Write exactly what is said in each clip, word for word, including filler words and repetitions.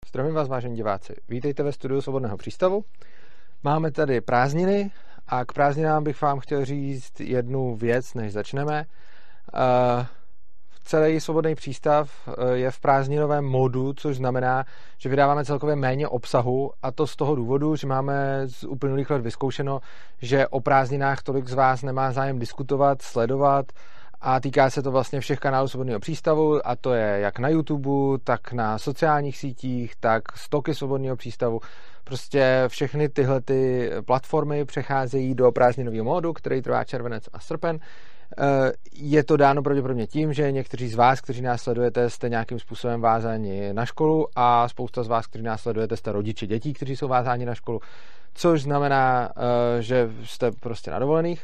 Zdravím vás, vážení diváci. Vítejte ve studiu Svobodného přístavu. Máme tady prázdniny a k prázdninám bych vám chtěl říct jednu věc, než začneme. Celý Svobodný přístav je v prázdninovém modu, což znamená, že vydáváme celkově méně obsahu, a to z toho důvodu, že máme z uplynulých let vyzkoušeno, že o prázdninách tolik z vás nemá zájem diskutovat, sledovat, a týká se to vlastně všech kanálů Svobodného přístavu, a to je jak na YouTube, tak na sociálních sítích, tak stoky Svobodného přístavu. Prostě všechny tyhle ty platformy přecházejí do prázdninového módu, který trvá červenec a srpen. Je to dáno pravděpodobně tím, že někteří z vás, kteří nás sledujete, jste nějakým způsobem vázáni na školu, a spousta z vás, kteří nás sledujete, jste rodiče dětí, kteří jsou vázáni na školu, což znamená, že jste prostě na dovolených.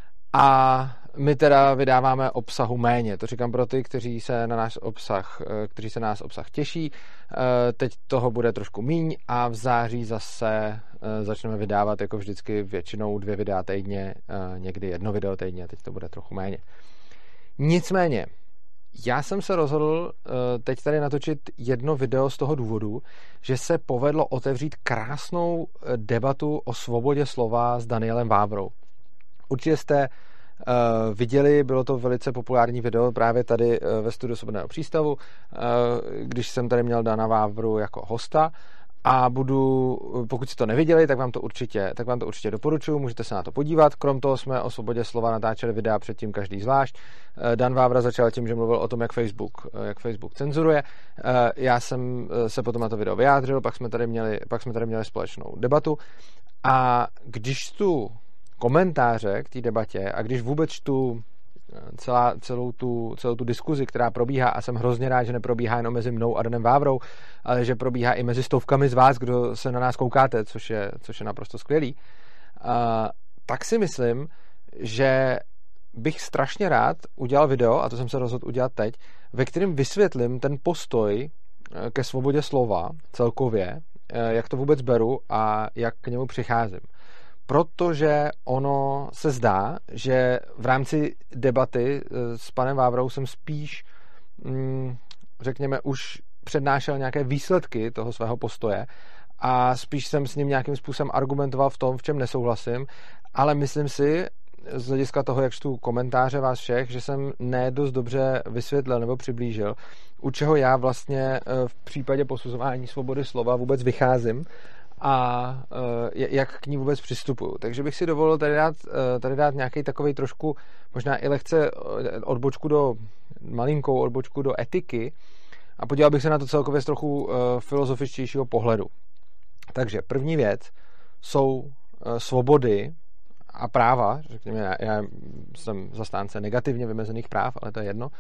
A my teda vydáváme obsahu méně. To říkám pro ty, kteří se na náš obsah, kteří se na nás obsah těší. Teď toho bude trošku míň a v září zase začneme vydávat jako vždycky většinou dvě videa týdně, někdy jedno video týdně, teď to bude trochu méně. Nicméně, já jsem se rozhodl teď tady natočit jedno video z toho důvodu, že se povedlo otevřít krásnou debatu o svobodě slova s Danielem Vávrou. Určitě jste uh, viděli, bylo to velice populární video právě tady uh, ve studiu Svobodného přístavu, uh, když jsem tady měl Dana Vávru jako hosta, a budu, pokud si to neviděli, tak vám to určitě, tak vám to určitě doporučuji, můžete se na to podívat. Krom toho jsme o svobodě slova natáčeli videa předtím každý zvlášť. Uh, Dan Vávra začal tím, že mluvil o tom, jak Facebook, uh, jak Facebook cenzuruje. Uh, já jsem se potom na to video vyjádřil, pak jsme tady měli, pak jsme tady měli společnou debatu, a když tu komentáře k té debatě a když vůbec čtu celá, celou, tu, celou tu diskuzi, která probíhá, a jsem hrozně rád, že neprobíhá jenom mezi mnou a Danem Vávrou, ale že probíhá i mezi stovkami z vás, kdo se na nás koukáte, což je, což je naprosto skvělý, a, tak si myslím, že bych strašně rád udělal video, a to jsem se rozhodl udělat teď, ve kterém vysvětlím ten postoj ke svobodě slova celkově, jak to vůbec beru a jak k němu přicházím. Protože ono se zdá, že v rámci debaty s panem Vávrou jsem spíš, řekněme, už přednášel nějaké výsledky toho svého postoje a spíš jsem s ním nějakým způsobem argumentoval v tom, v čem nesouhlasím, ale myslím si, z hlediska toho, jak čtu komentáře vás všech, že jsem ne dost dobře vysvětlil nebo přiblížil, u čeho já vlastně v případě posuzování svobody slova vůbec vycházím a jak k ní vůbec přistupuju. Takže bych si dovolil tady dát, tady dát nějaký takovej trošku, možná i lehce odbočku do, malinkou odbočku do etiky, a podíval bych se na to celkově z trochu filozofičtějšího pohledu. Takže první věc jsou svobody a práva, řekněme, já, já jsem zastánce negativně vymezených práv, ale to je jedno.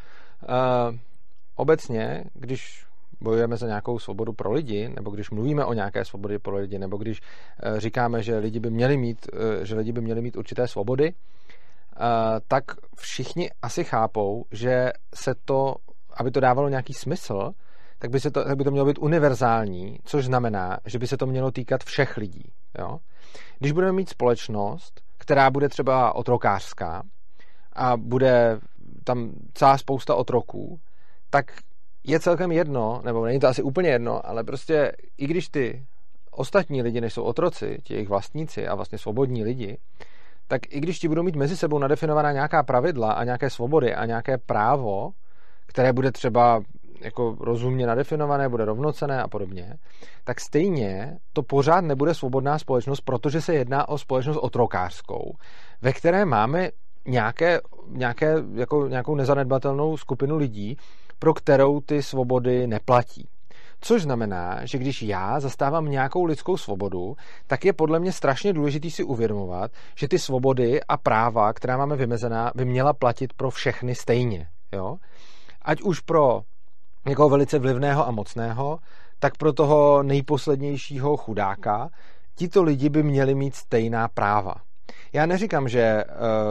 Obecně, když bojujeme za nějakou svobodu pro lidi, nebo když mluvíme o nějaké svobodě pro lidi, nebo když říkáme, že lidi by měli mít, že lidi by měli mít určité svobody, tak všichni asi chápou, že se to, aby to dávalo nějaký smysl, tak by, se to, tak by to mělo být univerzální, což znamená, že by se to mělo týkat všech lidí. Jo? Když budeme mít společnost, která bude třeba otrokářská a bude tam celá spousta otroků, tak je celkem jedno, nebo není to asi úplně jedno, ale prostě i když ty ostatní lidi nejsou otroci, ti jejich vlastníci a vlastně svobodní lidi, tak i když ti budou mít mezi sebou nadefinovaná nějaká pravidla a nějaké svobody a nějaké právo, které bude třeba jako rozumně nadefinované, bude rovnocenné a podobně, tak stejně to pořád nebude svobodná společnost, protože se jedná o společnost otrokářskou, ve které máme nějaké, nějaké, jako, nějakou nezanedbatelnou skupinu lidí, pro kterou ty svobody neplatí. Což znamená, že když já zastávám nějakou lidskou svobodu, tak je podle mě strašně důležitý si uvědomovat, že ty svobody a práva, která máme vymezená, by měla platit pro všechny stejně. Jo? Ať už pro někoho velice vlivného a mocného, tak pro toho nejposlednějšího chudáka, tito lidi by měli mít stejná práva. Já neříkám, že uh,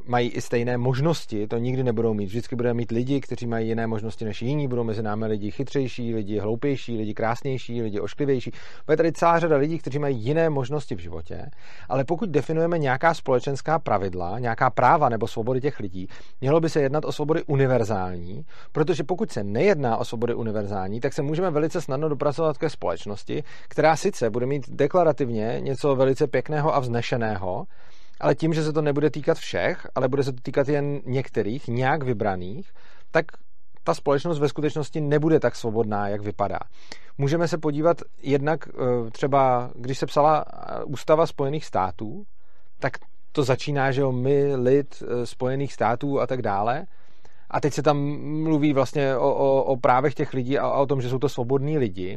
mají i stejné možnosti, to nikdy nebudou mít. Vždycky budeme mít lidi, kteří mají jiné možnosti než jiní, budou mezi námi lidi chytřejší, lidi hloupější, lidi krásnější, lidi ošklivější. Bude tady celá řada lidí, kteří mají jiné možnosti v životě, ale pokud definujeme nějaká společenská pravidla, nějaká práva nebo svobody těch lidí, mělo by se jednat o svobody univerzální, protože pokud se nejedná o svobody univerzální, tak se můžeme velice snadno dopracovat ke společnosti, která sice bude mít deklarativně něco velice pěkného a vznešeného, ale tím, že se to nebude týkat všech, ale bude se to týkat jen některých, nějak vybraných, tak ta společnost ve skutečnosti nebude tak svobodná, jak vypadá. Můžeme se podívat jednak třeba, když se psala ústava Spojených států, tak to začíná, že jo, my, lid Spojených států a tak dále. A teď se tam mluví vlastně o, o, o právech těch lidí a o tom, že jsou to svobodní lidi.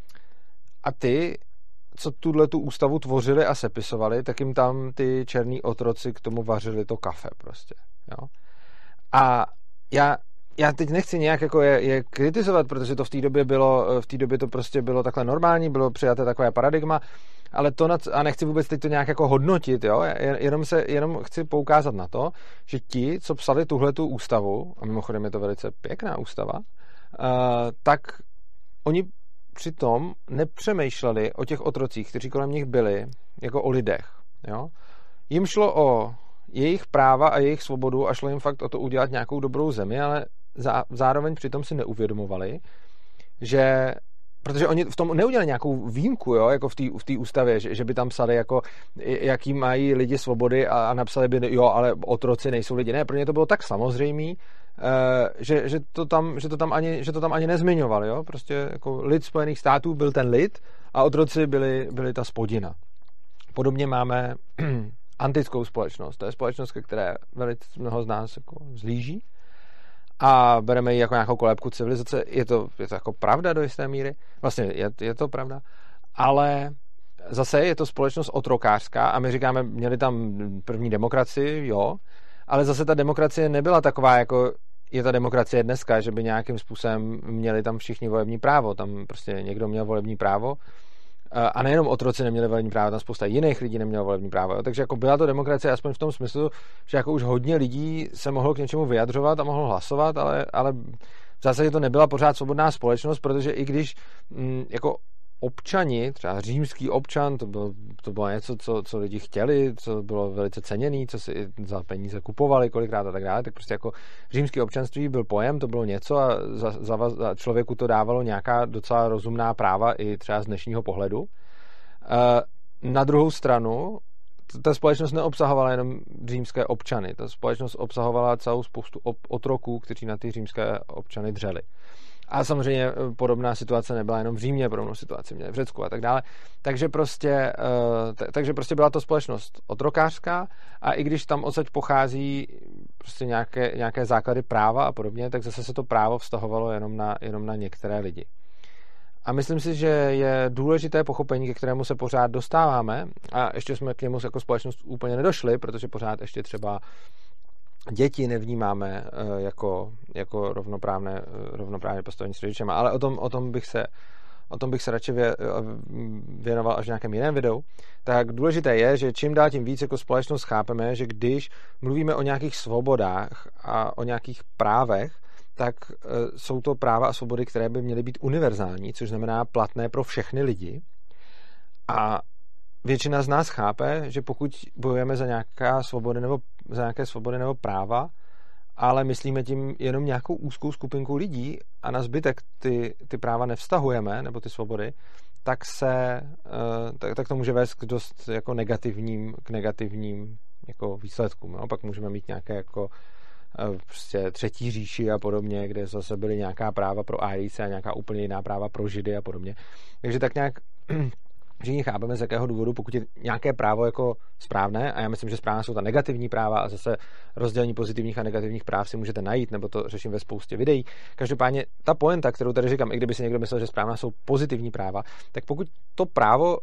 A ty, co tuhle tu ústavu tvořili a sepisovali, tak jim tam ty černí otroci k tomu vařili to kafe prostě. Jo? A já, já teď nechci nějak jako je, je kritizovat, protože to v té době bylo, v té době to prostě bylo takhle normální, bylo přijaté takové paradigma, ale to nad, a nechci vůbec teď to nějak jako hodnotit, jo? Jenom, se, jenom chci poukázat na to, že ti, co psali tuhletu ústavu, a mimochodem je to velice pěkná ústava, uh, tak oni přitom nepřemýšleli o těch otrocích, kteří kolem nich byli, jako o lidech. Jo? Jim šlo o jejich práva a jejich svobodu a šlo jim fakt o to udělat nějakou dobrou zemi, ale zá, zároveň přitom si neuvědomovali, že protože oni v tom neudělali nějakou výjimku, jo, jako v té v té ústavě, že, že by tam psali, jako, jaký mají lidi svobody a, a napsali by, jo, ale otroci nejsou lidi. Ne, pro ně to bylo tak samozřejmý, že, že, to tam, že, to tam ani, že to tam ani nezmiňovali. Jo? Prostě jako lid Spojených států byl ten lid a otroci byli, byli ta spodina. Podobně máme antickou společnost. To je společnost, ke které velice mnoho z nás jako zlíží a bereme ji jako nějakou kolébku civilizace. Je to, je to jako pravda do jisté míry. Vlastně je, je to pravda. Ale zase je to společnost otrokářská a my říkáme, měli tam první demokracii, jo, ale zase ta demokracie nebyla taková, jako je ta demokracie dneska, že by nějakým způsobem měli tam všichni volební právo. Tam prostě někdo měl volební právo a nejenom otroci neměli volební právo, tam spousta jiných lidí nemělo volební právo. Jo. Takže jako byla to demokracie aspoň v tom smyslu, že jako už hodně lidí se mohlo k něčemu vyjadřovat a mohlo hlasovat, ale, ale v zásadě to nebyla pořád svobodná společnost, protože i když m, jako občani, třeba římský občan, to bylo, to bylo něco, co, co lidi chtěli, co bylo velice ceněný, co si za peníze kupovali kolikrát a tak dále, tak prostě jako římský občanství byl pojem, to bylo něco a za, za, za člověku to dávalo nějaká docela rozumná práva i třeba z dnešního pohledu. Na druhou stranu ta společnost neobsahovala jenom římské občany, ta společnost obsahovala celou spoustu otroků, kteří na ty římské občany dřeli. A samozřejmě podobná situace nebyla jenom v Římě, podobnou situaci měli v Řecku a tak dále. Takže prostě, takže prostě byla to společnost otrokářská a i když tam odsaď pochází prostě nějaké, nějaké základy práva a podobně, tak zase se to právo vztahovalo jenom na, jenom na některé lidi. A myslím si, že je důležité pochopení, ke kterému se pořád dostáváme a ještě jsme k němu jako společnost úplně nedošli, protože pořád ještě třeba děti nevnímáme jako, jako rovnoprávné, rovnoprávně postavení s rodičema, ale o tom, o tom bych se o tom bych se radši věnoval až v nějakém jiném videu, tak důležité je, že čím dál tím víc jako společnost chápeme, že když mluvíme o nějakých svobodách a o nějakých právech, tak jsou to práva a svobody, které by měly být univerzální, což znamená platné pro všechny lidi. A většina z nás chápe, že pokud bojujeme za nějaká svobody nebo za nějaké svobody nebo práva, ale myslíme tím jenom nějakou úzkou skupinku lidí a na zbytek ty, ty práva nevztahujeme, nebo ty svobody, tak se tak, tak to může vést k dost jako negativním, k negativním jako výsledkům. No? Pak můžeme mít nějaké jako prostě třetí říši a podobně, kde zase byly nějaká práva pro Árijce a nějaká úplně jiná práva pro Židy a podobně. Takže tak nějak všichni chápeme, z jakého důvodu, pokud je nějaké právo jako správné, a já myslím, že správné jsou ta negativní práva a zase rozdělení pozitivních a negativních práv si můžete najít, nebo to řeším ve spoustě videí. Každopádně ta pointa, kterou tady říkám, i kdyby si někdo myslel, že správná jsou pozitivní práva, tak pokud to právo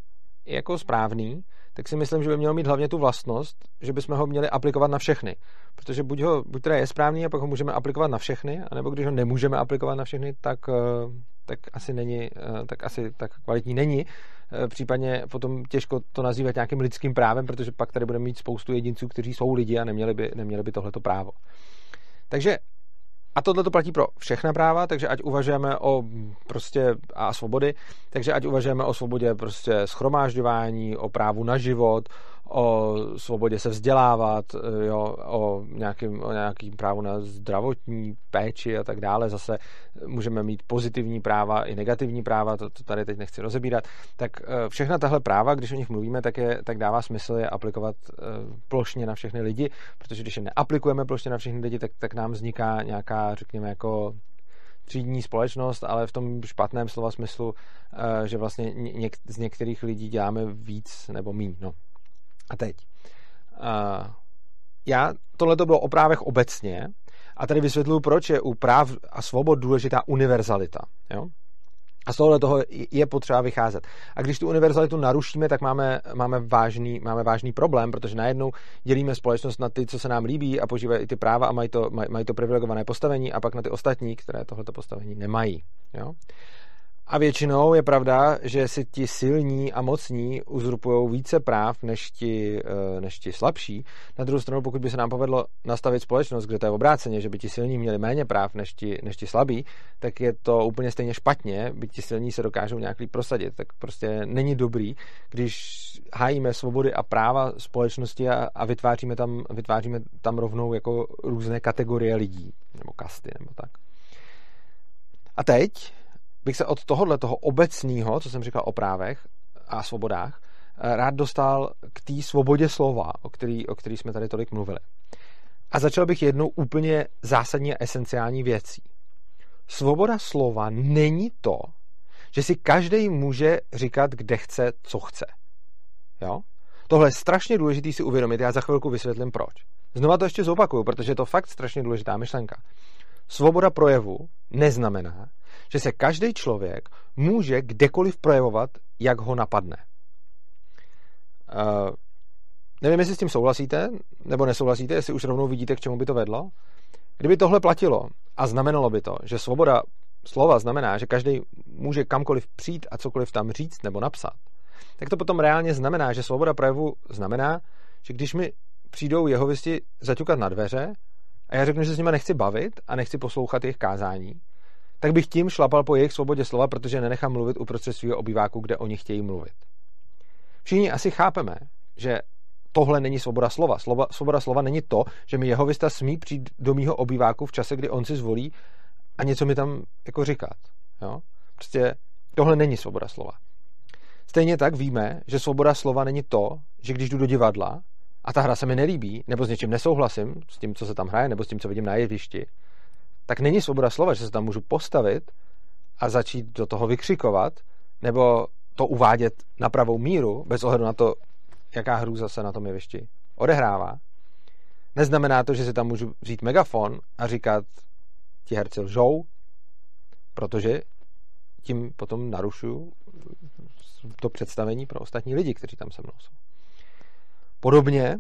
jako správný, tak si myslím, že by mělo mít hlavně tu vlastnost, že bychom ho měli aplikovat na všechny. Protože buď, ho, buď teda je správný a pak ho můžeme aplikovat na všechny, anebo když ho nemůžeme aplikovat na všechny, tak, tak asi není, tak asi tak kvalitní není. Případně potom těžko to nazývat nějakým lidským právem, protože pak tady budeme mít spoustu jedinců, kteří jsou lidi a neměli by, neměli by tohleto právo. Takže a tohle to platí pro všechna práva, takže ať uvažujeme o prostě a svobody, takže ať uvažujeme o svobodě prostě shromážďování, o právu na život, o svobodě se vzdělávat, jo, o nějakým, o nějakým právu na zdravotní péči a tak dále. Zase můžeme mít pozitivní práva i negativní práva, to, to tady teď nechci rozebírat. Tak všechna tahle práva, když o nich mluvíme, tak, je, tak dává smysl je aplikovat plošně na všechny lidi, protože když je neaplikujeme plošně na všechny lidi, tak, tak nám vzniká nějaká, řekněme, jako třídní společnost, ale v tom špatném slova smyslu, že vlastně něk, z některých lidí děláme víc nebo míň. No. A teď. Uh, já, tohle to bylo o právech obecně a tady vysvětluju, proč je u práv a svobod důležitá univerzalita. Jo? A z tohohle toho je potřeba vycházet. A když tu univerzalitu narušíme, tak máme, máme, vážný, máme vážný problém, protože najednou dělíme společnost na ty, co se nám líbí a požívají i ty práva a mají to, maj, mají to privilegované postavení a pak na ty ostatní, které tohleto postavení nemají. Jo? A většinou je pravda, že si ti silní a mocní uzurpují více práv než ti, než ti slabší. Na druhou stranu, pokud by se nám povedlo nastavit společnost, kde to je obráceně, že by ti silní měli méně práv než ti, než ti slabí, tak je to úplně stejně špatně, byť ti silní se dokážou nějak líp prosadit. Tak prostě není dobrý, když hájíme svobody a práva společnosti a, a vytváříme, tam, vytváříme tam rovnou jako různé kategorie lidí, nebo kasty, nebo tak. A teď bych se od tohohle, toho obecného, co jsem říkal o právech a svobodách, rád dostal k té svobodě slova, o který, o který jsme tady tolik mluvili. A začal bych jednou úplně zásadní a esenciální věcí. Svoboda slova není to, že si každý může říkat, kde chce, co chce. Jo? Tohle je strašně důležité si uvědomit, já za chvilku vysvětlím proč. Znova to ještě zopakuju, protože je to fakt strašně důležitá myšlenka. Svoboda projevu neznamená, že se každý člověk může kdekoliv projevovat, jak ho napadne. Uh, nevím, jestli s tím souhlasíte, nebo nesouhlasíte, jestli už rovnou vidíte, k čemu by to vedlo. Kdyby tohle platilo a znamenalo by to, že svoboda slova znamená, že každý může kamkoliv přijít a cokoliv tam říct nebo napsat, tak to potom reálně znamená, že svoboda projevu znamená, že když mi přijdou jehovisti zaťukat na dveře a já řeknu, že se s nimi nechci bavit a nechci poslouchat jejich kázání, tak bych tím šlapal po jejich svobodě slova, protože nenechám mluvit uprostřed svého obýváku, kde oni chtějí mluvit. Všichni asi chápeme, že tohle není svoboda slova. Slova svoboda slova není to, že mi jehovista smí přijít do mýho obýváku v čase, kdy on si zvolí a něco mi tam jako říkat. Jo? Prostě tohle není svoboda slova. Stejně tak víme, že svoboda slova není to, že když jdu do divadla a ta hra se mi nelíbí, nebo s něčím nesouhlasím, s tím, co se tam hraje, nebo s tím, co vidím na jevišti, tak není svoboda slova, že se tam můžu postavit a začít do toho vykřikovat, nebo to uvádět na pravou míru, bez ohledu na to, jaká hrůza se na tom jevišti odehrává. Neznamená to, že si tam můžu vzít megafon a říkat, ti herci lžou, protože tím potom narušuju to představení pro ostatní lidi, kteří tam se mnou jsou. Podobně,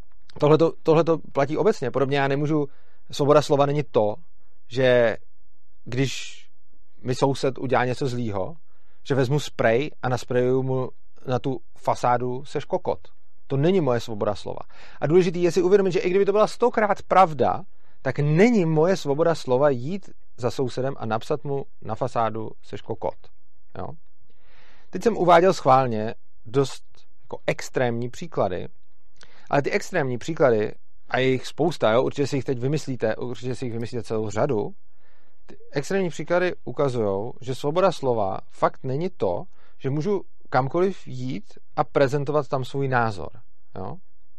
tohleto platí obecně, podobně já nemůžu, svoboda slova není to, že když mi soused udělá něco zlýho, že vezmu sprej a nasprejuju mu na tu fasádu seš kokot. To není moje svoboda slova. A důležitý je si uvědomit, že i kdyby to byla stokrát pravda, tak není moje svoboda slova jít za sousedem a napsat mu na fasádu seš kokot. Jo? Teď jsem uváděl schválně dost jako extrémní příklady, ale ty extrémní příklady, a je jich spousta, jo? Určitě si jich teď vymyslíte, určitě si jich vymyslíte celou řadu, ty extrémní příklady ukazují, že svoboda slova fakt není to, že můžu kamkoliv jít a prezentovat tam svůj názor. Jo?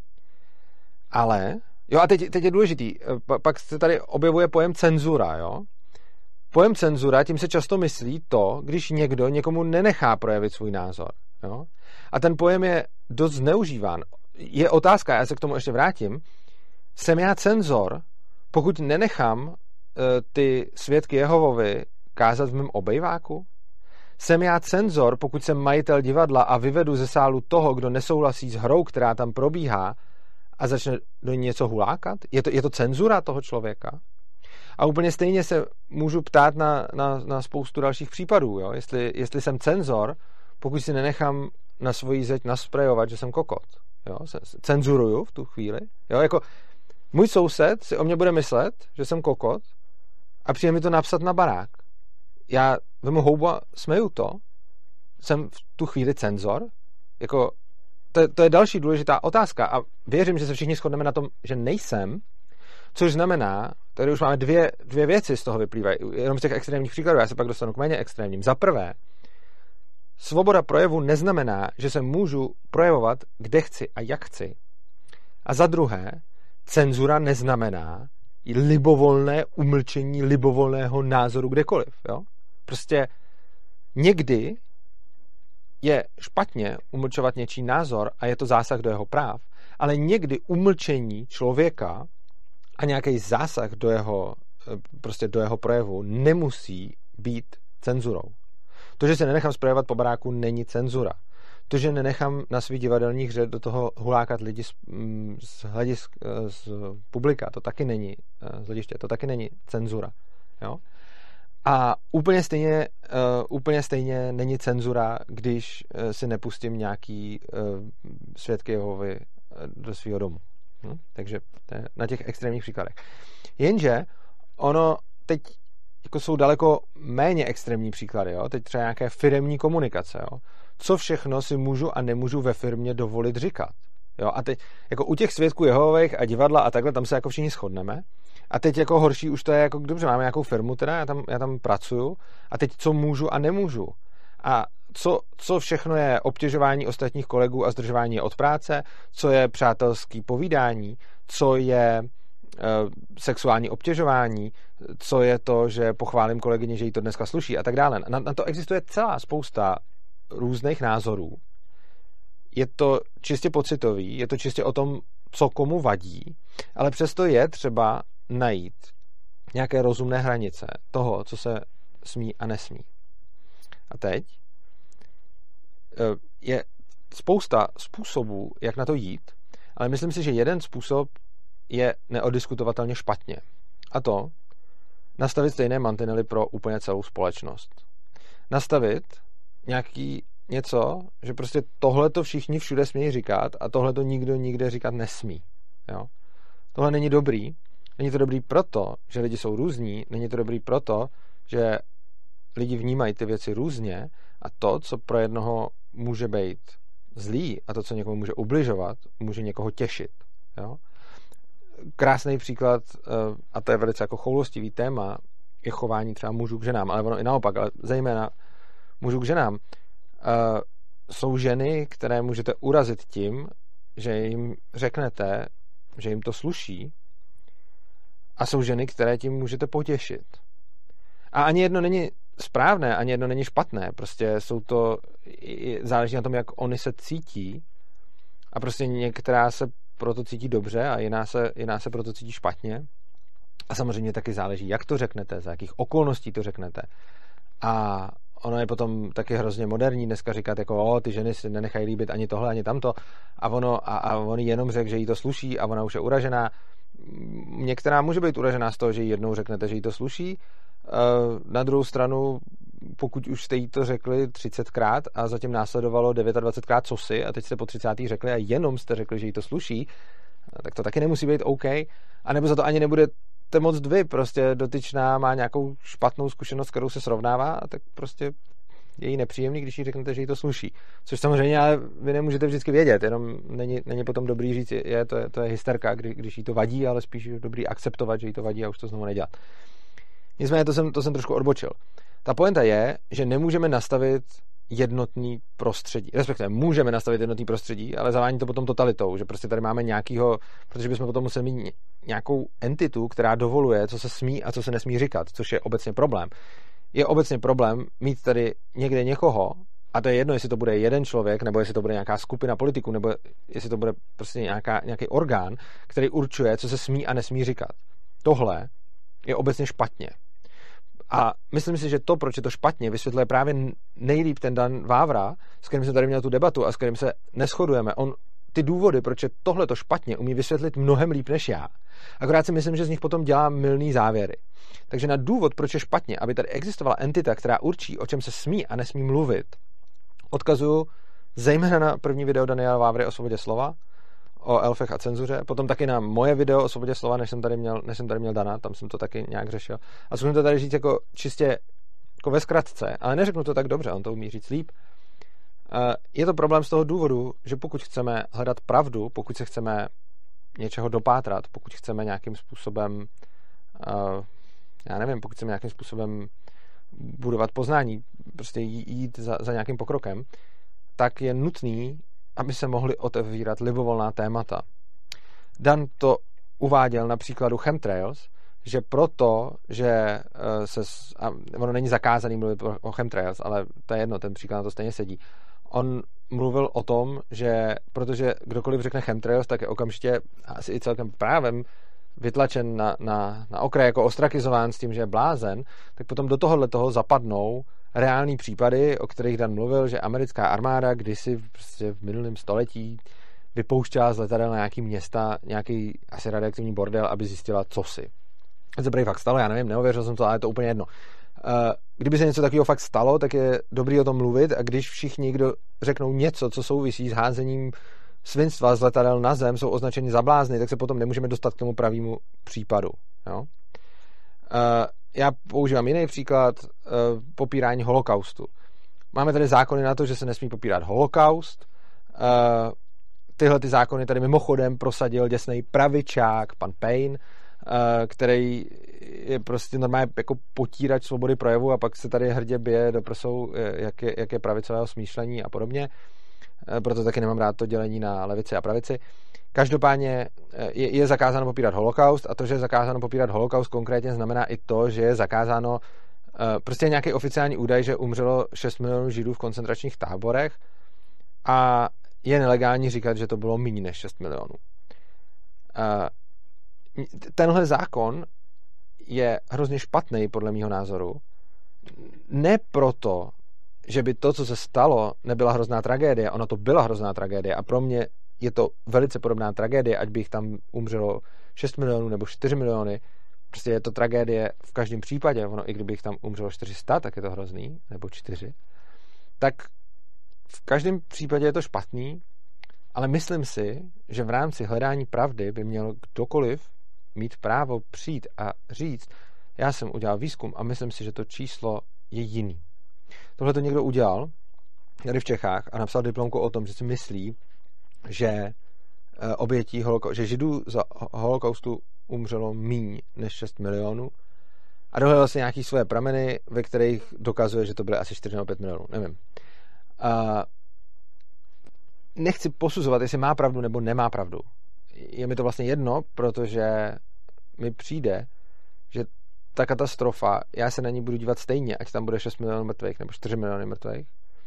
Ale, jo a teď, teď je důležitý, pak se tady objevuje pojem cenzura, jo? Pojem cenzura, tím se často myslí to, když někdo někomu nenechá projevit svůj názor. Jo? A ten pojem je dost zneužíván. Je otázka, já se k tomu ještě vrátím, jsem já cenzor, pokud nenechám e, ty svědky Jehovovi kázat v mém obejváku? Jsem já cenzor, pokud jsem majitel divadla a vyvedu ze sálu toho, kdo nesouhlasí s hrou, která tam probíhá, a začne do ní něco hulákat? Je to, je to cenzura toho člověka? A úplně stejně se můžu ptát na, na, na spoustu dalších případů. Jo? Jestli, jestli jsem cenzor, pokud si nenechám na svoji zeď nasprejovat, že jsem kokot. Jo? Cenzuruju v tu chvíli. Jo? Jako můj soused si o mě bude myslet, že jsem kokot a přijde mi to napsat na barák. Já vemu houbu a smeju to. Jsem v tu chvíli cenzor. Jako, to, to je další důležitá otázka a věřím, že se všichni shodneme na tom, že nejsem, což znamená, tady už máme dvě, dvě věci z toho vyplývají, jenom z těch extrémních příkladů, já se pak dostanu k méně extrémním. Za prvé, svoboda projevu neznamená, že se můžu projevovat, kde chci a jak chci. A za druhé, cenzura neznamená libovolné umlčení libovolného názoru kdekoliv. Jo? Prostě někdy je špatně umlčovat něčí názor a je to zásah do jeho práv, ale někdy umlčení člověka a nějaký zásah do jeho, prostě do jeho projevu nemusí být cenzurou. To, že se nenechám zprojevovat po baráku, není cenzura. To, že nenechám na svý divadelní hře do toho hulákat lidi z, z, hledisk, z publika, to taky není z hlediště, to taky není cenzura. Jo? A úplně stejně, uh, úplně stejně není cenzura, když uh, si nepustím nějaký uh, svědky Jehovy uh, do svého domu. Hm? Takže to je na těch extrémních příkladech. Jenže ono teď jako jsou daleko méně extrémní příklady. Jo? Teď třeba nějaké firemní komunikace. Jo? Co všechno si můžu a nemůžu ve firmě dovolit říkat. Jo? A teď jako u těch svědků Jehovových a divadla a takhle, tam se jako všichni shodneme. A teď jako horší už to je, jako dobře, máme nějakou firmu, teda já tam, já tam pracuju a teď co můžu a nemůžu. A co, co všechno je obtěžování ostatních kolegů a zdržování od práce, co je přátelský povídání, co je e, sexuální obtěžování, co je to, že pochválím kolegyni, že jí to dneska sluší a tak dále. Na, na to existuje celá spousta různých názorů. Je to čistě pocitový, je to čistě o tom, co komu vadí, ale přesto je třeba najít nějaké rozumné hranice toho, co se smí a nesmí. A teď je spousta způsobů, jak na to jít, ale myslím si, že jeden způsob je neodiskutovatelně špatně. A to nastavit stejné mantinely pro úplně celou společnost. Nastavit nějaký něco, že prostě tohle to všichni všude smějí říkat a tohle to nikdo nikde říkat nesmí. Jo? Tohle není dobrý. Není to dobrý proto, že lidi jsou různí, není to dobrý proto, že lidi vnímají ty věci různě a to, co pro jednoho může být zlý a to, co někomu může ubližovat, může někoho těšit. Jo? Krásný příklad, a to je velice jako choulostivý téma, je chování třeba mužů k ženám, ale ono i naopak, ale zejména mužů k ženám. Jsou ženy, které můžete urazit tím, že jim řeknete, že jim to sluší, a jsou ženy, které tím můžete potěšit. A ani jedno není správné, ani jedno není špatné. Prostě jsou to, záleží na tom, jak oni se cítí. A prostě některá se proto cítí dobře a jiná se, jiná se proto cítí špatně. A samozřejmě taky záleží, jak to řeknete, za jakých okolností to řeknete. A ono je potom taky hrozně moderní dneska říkat, jako o, ty ženy si nenechají líbit ani tohle, ani tamto. A, ono, a, a on jenom řekl, že jí to sluší a ona už je uražená. Některá může být uražená z toho, že jí jednou řeknete, že jí to sluší. Na druhou stranu, pokud už jste jí to řekli třicetkrát a zatím následovalo dvacetdevětkrát cosi a teď jste po třicátý řekli a jenom jste řekli, že jí to sluší, tak to taky nemusí být OK. A nebo za to ani nebudete moc vy. Prostě dotyčná má nějakou špatnou zkušenost, kterou se srovnává a tak prostě je jí nepříjemný, když jí řeknete, že jí to sluší. Což samozřejmě ale vy nemůžete vždycky vědět, jenom není, není potom dobrý říct, je, to, je, to je hysterka, kdy, když jí to vadí, ale spíš je dobrý akceptovat, že jí to vadí a už to znovu nedělat. Nicméně to jsem, to jsem trošku odbočil. Ta pointa je, že nemůžeme nastavit jednotný prostředí. Respektive můžeme nastavit jednotný prostředí, ale zavání to potom totalitou, že prostě tady máme nějakýho, protože bychom potom museli mít nějakou entitu, která dovoluje, co se smí a co se nesmí říkat, což je obecně problém. Je obecně problém mít tady někde někoho, a to je jedno, jestli to bude jeden člověk, nebo jestli to bude nějaká skupina politiků, nebo jestli to bude prostě nějaká, nějaký orgán, který určuje, co se smí a nesmí říkat. Tohle je obecně špatně. A myslím si, že to, proč je to špatně, vysvětluje právě nejlíp ten Dan Vávra, s kterým jsem tady měl tu debatu a s kterým se neshodujeme. On ty důvody, proč je tohle to špatně, umí vysvětlit mnohem líp než já. Akorát si myslím, že z nich potom dělá mylný závěry. Takže na důvod, proč je špatně, aby tady existovala entita, která určí, o čem se smí a nesmí mluvit, odkazuju zejména na první video Daniela Vávry o svobodě slova, o elfech a cenzuře, potom taky na moje video o svobodě slova, než jsem tady měl, než jsem tady měl Dana, tam jsem to taky nějak řešil. A zkusím to tady říct jako čistě jako ve zkratce, ale neřeknu to tak dobře, on to umí říct líp. Je to problém z toho důvodu, že pokud chceme hledat pravdu, pokud se chceme něčeho dopátrat, pokud chceme nějakým způsobem, já nevím, pokud chceme nějakým způsobem budovat poznání, prostě jít za, za nějakým pokrokem, tak je nutný, aby se mohly otevírat libovolná témata. Dan to uváděl na příkladu chemtrails, že proto, že se, a ono není zakázaný mluvit o chemtrails, ale to je jedno, ten příklad na to stejně sedí. On mluvil o tom, že protože kdokoliv řekne chemtrails, tak je okamžitě asi i celkem právem vytlačen na, na, na okraj, jako ostrakizován s tím, že je blázen, tak potom do tohohle toho zapadnou reální případy, o kterých Dan mluvil, že americká armáda kdysi prostě v minulém století vypouštěla z letadel na nějaký města nějaký asi radioaktivní bordel, aby zjistila, co si. To se prý fakt stalo, já nevím, neověřil jsem to, ale je to úplně jedno. Kdyby se něco takového fakt stalo, tak je dobrý o tom mluvit a když všichni, kdo řeknou něco, co souvisí s házením svinstva z letadel na zem, jsou označeni za blázny, tak se potom nemůžeme dostat k tomu pravému případu. Jo? Já používám jiný příklad, popírání holokaustu. Máme tady zákony na to, že se nesmí popírat holokaust. Tyhle ty zákony tady mimochodem prosadil děsnej pravičák, pan Payne, který je prostě normálně jako potírač svobody projevu a pak se tady hrdě bije do prsou, jak je, jak je pravicového smýšlení a podobně. Proto taky nemám rád to dělení na levici a pravici. Každopádně je, je zakázáno popírat holokaust a to, že je zakázáno popírat holokaust konkrétně znamená i to, že je zakázáno prostě nějaký oficiální údaj, že umřelo šest milionů Židů v koncentračních táborech a je nelegální říkat, že to bylo méně než šest milionů. Tenhle zákon je hrozně špatný podle mýho názoru. Ne proto, že by to, co se stalo, nebyla hrozná tragédie. Ono to byla hrozná tragédie a pro mě je to velice podobná tragédie, ať by jich tam umřelo šest milionů nebo čtyři miliony. Prostě je to tragédie v každém případě. Ono, i kdyby jich tam umřelo čtyři sta, tak je to hrozný, nebo čtyři. Tak v každém případě je to špatný, ale myslím si, že v rámci hledání pravdy by měl kdokoliv mít právo přijít a říct, já jsem udělal výzkum a myslím si, že to číslo je jiný. Tohle to někdo udělal tady v Čechách a napsal diplomku o tom, že si myslí, že obětí holokaustu, že Židů za holokaustu umřelo míň než šest milionů a dohledal si nějaký své prameny, ve kterých dokazuje, že to byly asi čtyři nebo pět milionů, nevím. A nechci posuzovat, jestli má pravdu nebo nemá pravdu. Je mi to vlastně jedno, protože mi přijde, že ta katastrofa, já se na ní budu dívat stejně, ať tam bude šest milionů mrtvých nebo čtyři miliony mrtvých.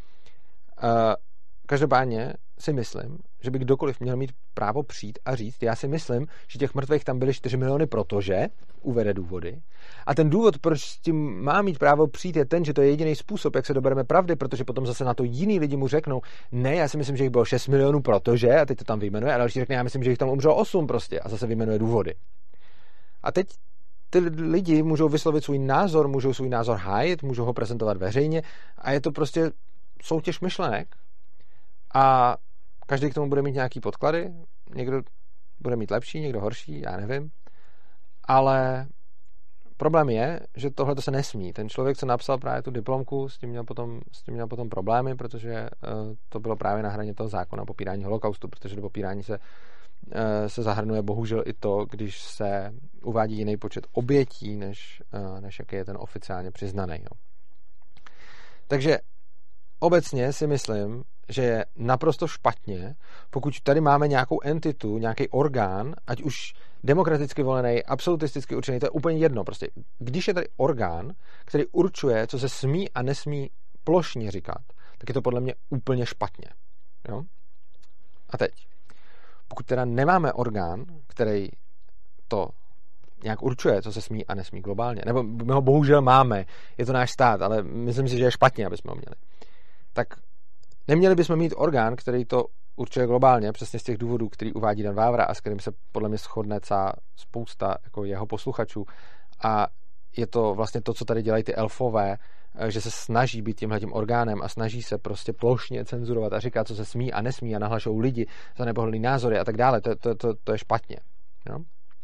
Každopádně si myslím, že by kdokoliv měl mít právo přijít a říct, já si myslím, že těch mrtvých tam byly čtyři miliony, protože uvede důvody. A ten důvod, proč s tím má mít právo přijít, je ten, že to je jediný způsob, jak se dobereme pravdy, protože potom zase na to jiný lidi mu řeknou, ne, já si myslím, že jich bylo šest milionů, protože, a teď to tam vyjmenuje, a další řekne, já myslím, že jich tam umřelo osm prostě, a zase vyjmenuje důvody. A teď ty lidi můžou vyslovit svůj názor, můžou svůj názor hájit, můžou ho prezentovat veřejně a je to prostě soutěž myšlenek. A každý k tomu bude mít nějaký podklady, někdo bude mít lepší, někdo horší, já nevím. Ale problém je, že tohle to se nesmí. Ten člověk, co napsal právě tu diplomku, s tím měl potom, s tím měl potom problémy, protože uh, to bylo právě na hraně toho zákona popírání holokaustu, protože do popírání se, uh, se zahrnuje bohužel i to, když se uvádí jiný počet obětí, než, uh, než jaký je ten oficiálně přiznaný. Jo. Takže obecně si myslím, že je naprosto špatně, pokud tady máme nějakou entitu, nějaký orgán, ať už demokraticky volený, absolutisticky určený, to je úplně jedno. Prostě, když je tady orgán, který určuje, co se smí a nesmí plošně říkat, tak je to podle mě úplně špatně. Jo? A teď, pokud teda nemáme orgán, který to nějak určuje, co se smí a nesmí globálně. Nebo my ho bohužel máme, je to náš stát, ale myslím si, že je špatně, aby jsme ho měli. Tak neměli bychom mít orgán, který to určuje globálně, přesně z těch důvodů, který uvádí Dan Vávra a s kterým se podle mě shodne celá spousta jako jeho posluchačů. A je to vlastně to, co tady dělají ty elfové, že se snaží být tímhletím orgánem a snaží se prostě plošně cenzurovat a říkat, co se smí a nesmí a nahlašují lidi za nepohodlný názory a tak dále. To, to, to, to je špatně. Jo?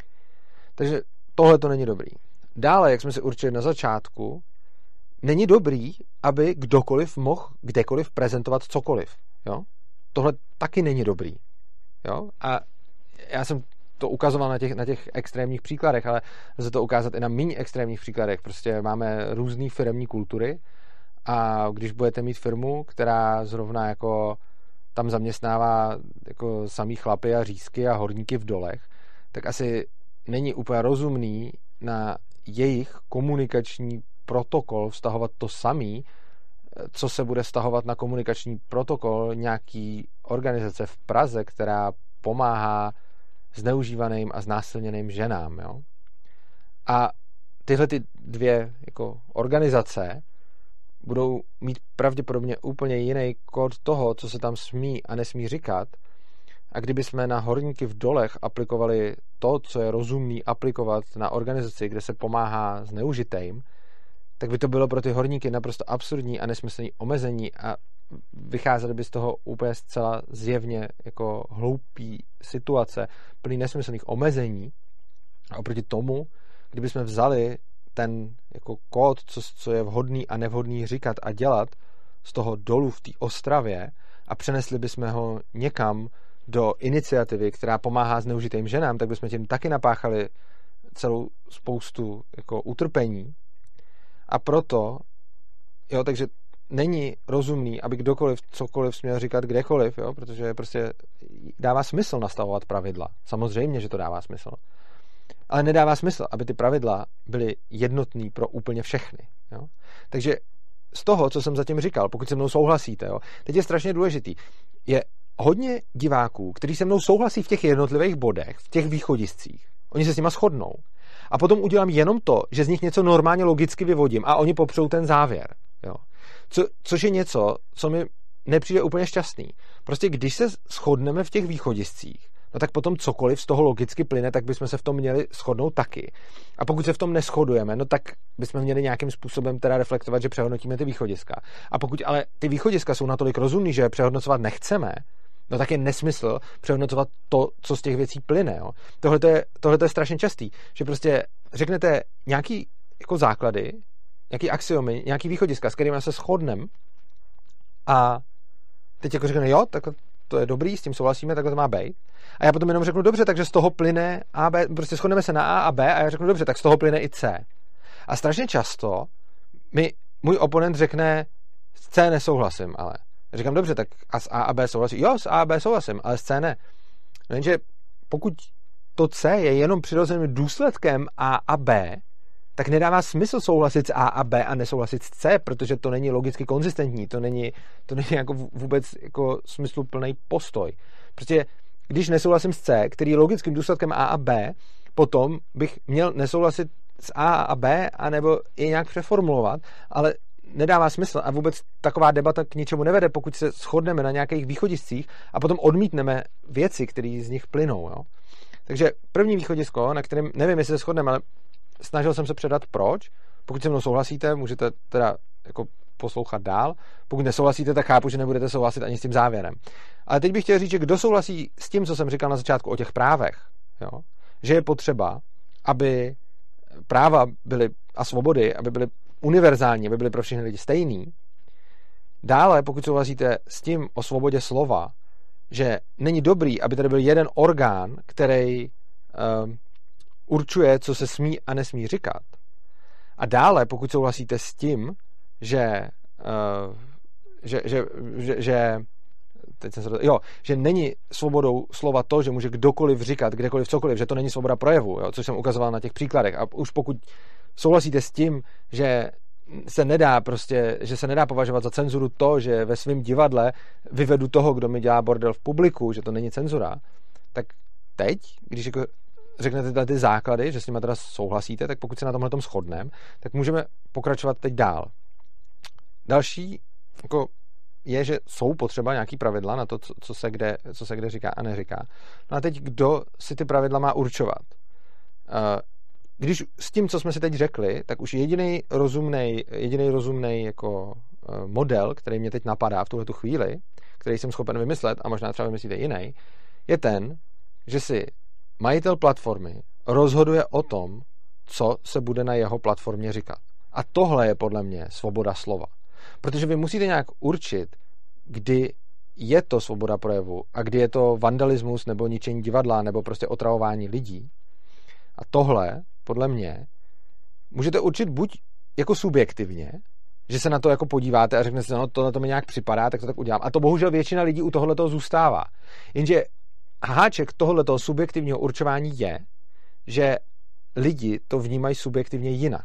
Takže tohle to není dobrý. Dále, jak jsme si určili na začátku, není dobrý, aby kdokoliv mohl kdekoliv prezentovat cokoliv. Jo? Tohle taky není dobrý. Jo? A já jsem to ukazoval na těch, na těch extrémních příkladech, ale lze to ukázat i na méně extrémních příkladech. Prostě máme různé firemní kultury a když budete mít firmu, která zrovna jako tam zaměstnává jako samý chlapy a řízky a horníky v dolech, tak asi není úplně rozumný na jejich komunikační protokol vztahovat to samý, co se bude vztahovat na komunikační protokol nějaký organizace v Praze, která pomáhá zneužívaným a znásilněným ženám. Jo? A tyhle ty dvě jako organizace budou mít pravděpodobně úplně jiný kód toho, co se tam smí a nesmí říkat. A kdyby jsme na horníky v dolech aplikovali to, co je rozumný aplikovat na organizaci, kde se pomáhá zneužitým, tak by to bylo pro ty horníky naprosto absurdní a nesmyslný omezení a vycházely by z toho úplně zcela zjevně jako hloupý situace, plný nesmyslných omezení. A oproti tomu, kdybychom vzali ten jako kód, co, co je vhodný a nevhodný říkat a dělat z toho dolu v té Ostravě a přenesli bychom ho někam do iniciativy, která pomáhá zneužitým ženám, tak bychom tím taky napáchali celou spoustu jako utrpení. A proto, jo, takže není rozumný, aby kdokoliv cokoliv směl říkat kdekoliv, jo, protože prostě dává smysl nastavovat pravidla. Samozřejmě, že to dává smysl. Ale nedává smysl, aby ty pravidla byly jednotný pro úplně všechny. Jo. Takže z toho, co jsem zatím říkal, pokud se mnou souhlasíte, jo, teď je strašně důležitý, je hodně diváků, kteří se mnou souhlasí v těch jednotlivých bodech, v těch východiscích. Oni se s nima shodnou. A potom udělám jenom to, že z nich něco normálně logicky vyvodím a oni popřou ten závěr. Jo. Co, což je něco, co mi nepřijde úplně šťastný. Prostě když se shodneme v těch východiscích, no tak potom cokoliv z toho logicky plyne, tak bychom se v tom měli shodnout taky. A pokud se v tom neshodujeme, no tak bychom měli nějakým způsobem teda reflektovat, že přehodnotíme ty východiska. A pokud ale ty východiska jsou natolik rozumný, že je přehodnocovat nechceme, no tak je nesmysl přehodnocovat to, co z těch věcí plyne. Jo. Tohle je, tohle je strašně častý, že prostě řeknete nějaký jako základy, nějaký axiomy, nějaký východiska, s kterými se shodneme a teď jako řekne, jo, tak to je dobrý, s tím souhlasíme, takhle to má být. A já potom jenom řeknu, dobře, takže z toho plyne A, B, prostě shodneme se na A a B a já řeknu, dobře, tak z toho plyne i C. A strašně často mi můj oponent řekne, s C nesouhlasím, ale. Já říkám, dobře, tak a s A a B souhlasím. Jo, s A a B souhlasím, ale s C ne. No jenže pokud to C je jenom přirozeným důsledkem A a B, tak nedává smysl souhlasit s A a B a nesouhlasit s C, protože to není logicky konzistentní, to není, to není jako vůbec jako smysluplný postoj. Prostě když nesouhlasím s C, který je logickým důsledkem A a B, potom bych měl nesouhlasit s A a B, anebo je nějak přeformulovat, ale nedává smysl a vůbec taková debata k ničemu nevede, pokud se shodneme na nějakých východiscích a potom odmítneme věci, které z nich plynou. Jo? Takže první východisko, na kterém nevím, jestli se shodneme, ale snažil jsem se předat proč. Pokud se mnou souhlasíte, můžete teda jako poslouchat dál. Pokud nesouhlasíte, tak chápu, že nebudete souhlasit ani s tím závěrem. Ale teď bych chtěl říct, že kdo souhlasí s tím, co jsem říkal na začátku o těch právech, jo? Že je potřeba, aby práva byly a svobody, aby byly univerzální, aby byly pro všechny lidi stejný. Dále, pokud souhlasíte s tím o svobodě slova, že není dobrý, aby tady byl jeden orgán, který um, určuje, co se smí a nesmí říkat. A dále, pokud souhlasíte s tím, že, uh, že, že, že, že teď jsem se jo, že není svobodou slova to, že může kdokoliv říkat, kdekoliv cokoliv, že to není svoboda projevu, jo, což jsem ukazoval na těch příkladech. A už pokud souhlasíte s tím, že se nedá prostě, že se nedá považovat za cenzuru to, že ve svém divadle vyvedu toho, kdo mi dělá bordel v publiku, že to není cenzura, tak teď, když jako řeknete tyhle ty základy, že s nimi teda souhlasíte, tak pokud se na tomhle tom shodneme, tak můžeme pokračovat teď dál. Další jako je, že jsou potřeba nějaký pravidla na to, co, co, se kde, co se kde říká a neříká. No a teď kdo si ty pravidla má určovat? Když s tím, co jsme si teď řekli, tak už jediný rozumnej, jediný rozumnej jako model, který mě teď napadá v tuhletu chvíli, který jsem schopen vymyslet, a možná třeba vymyslíte jiný, je ten, že si majitel platformy rozhoduje o tom, co se bude na jeho platformě říkat. A tohle je podle mě svoboda slova. Protože vy musíte nějak určit, kdy je to svoboda projevu a kdy je to vandalismus nebo ničení divadla nebo prostě otravování lidí. A tohle, podle mě, můžete určit buď jako subjektivně, že se na to jako podíváte a řeknete si, no tohle to mi nějak připadá, tak to tak udělám. A to bohužel většina lidí u tohohletoho zůstává. Jenže háček tohohletoho subjektivního určování je, že lidi to vnímají subjektivně jinak.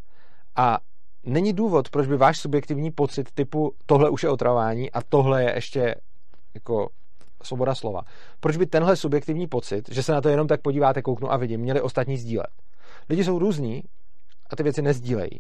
A není důvod, proč by váš subjektivní pocit typu tohle už je otravování a tohle je ještě jako svoboda slova. Proč by tenhle subjektivní pocit, že se na to jenom tak podíváte, kouknu a vidím, měli ostatní sdílet? Lidi jsou různí a ty věci nezdílejí.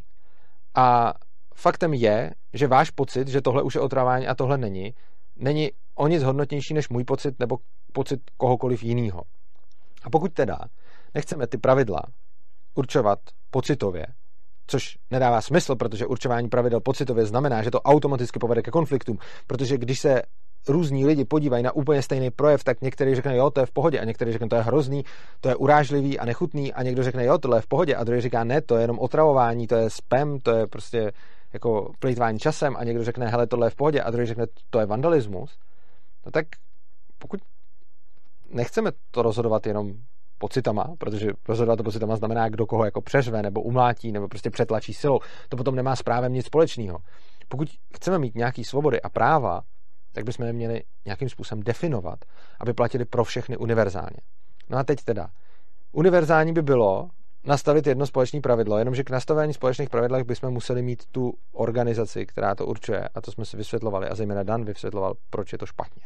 A faktem je, že váš pocit, že tohle už je otravování a tohle není, není o nic hodnotnější než můj pocit nebo pocit kohokoliv jinýho. A pokud teda nechceme ty pravidla určovat pocitově, což nedává smysl, protože určování pravidel pocitově znamená, že to automaticky povede ke konfliktům, protože když se různí lidi podívají na úplně stejný projev, tak některý řekne, jo, to je v pohodě, a některý řekne, to je hrozný, to je urážlivý a nechutný, a někdo řekne, jo, tohle je v pohodě, a druhý říká, ne, to je jenom otravování, to je spam, to je prostě jako plýtvání časem, a někdo řekne, hele, tohle je v pohodě, a druhý řekne, to je vandalismus. No tak pokud nechceme to rozhodovat jenom pocitama, protože rozhodovat to pocitama znamená, kdo koho jako přeřve, nebo umlátí, nebo prostě přetlačí silou. To potom nemá s právem nic společného. Pokud chceme mít nějaký svobody a práva, tak bychom je měli nějakým způsobem definovat, aby platili pro všechny univerzálně. No a teď teda. Univerzální by bylo nastavit jedno společné pravidlo, jenomže k nastavení společných pravidlech bychom museli mít tu organizaci, která to určuje, a to jsme si vysvětlovali, a zejména Dan vysvětloval, proč je to špatně.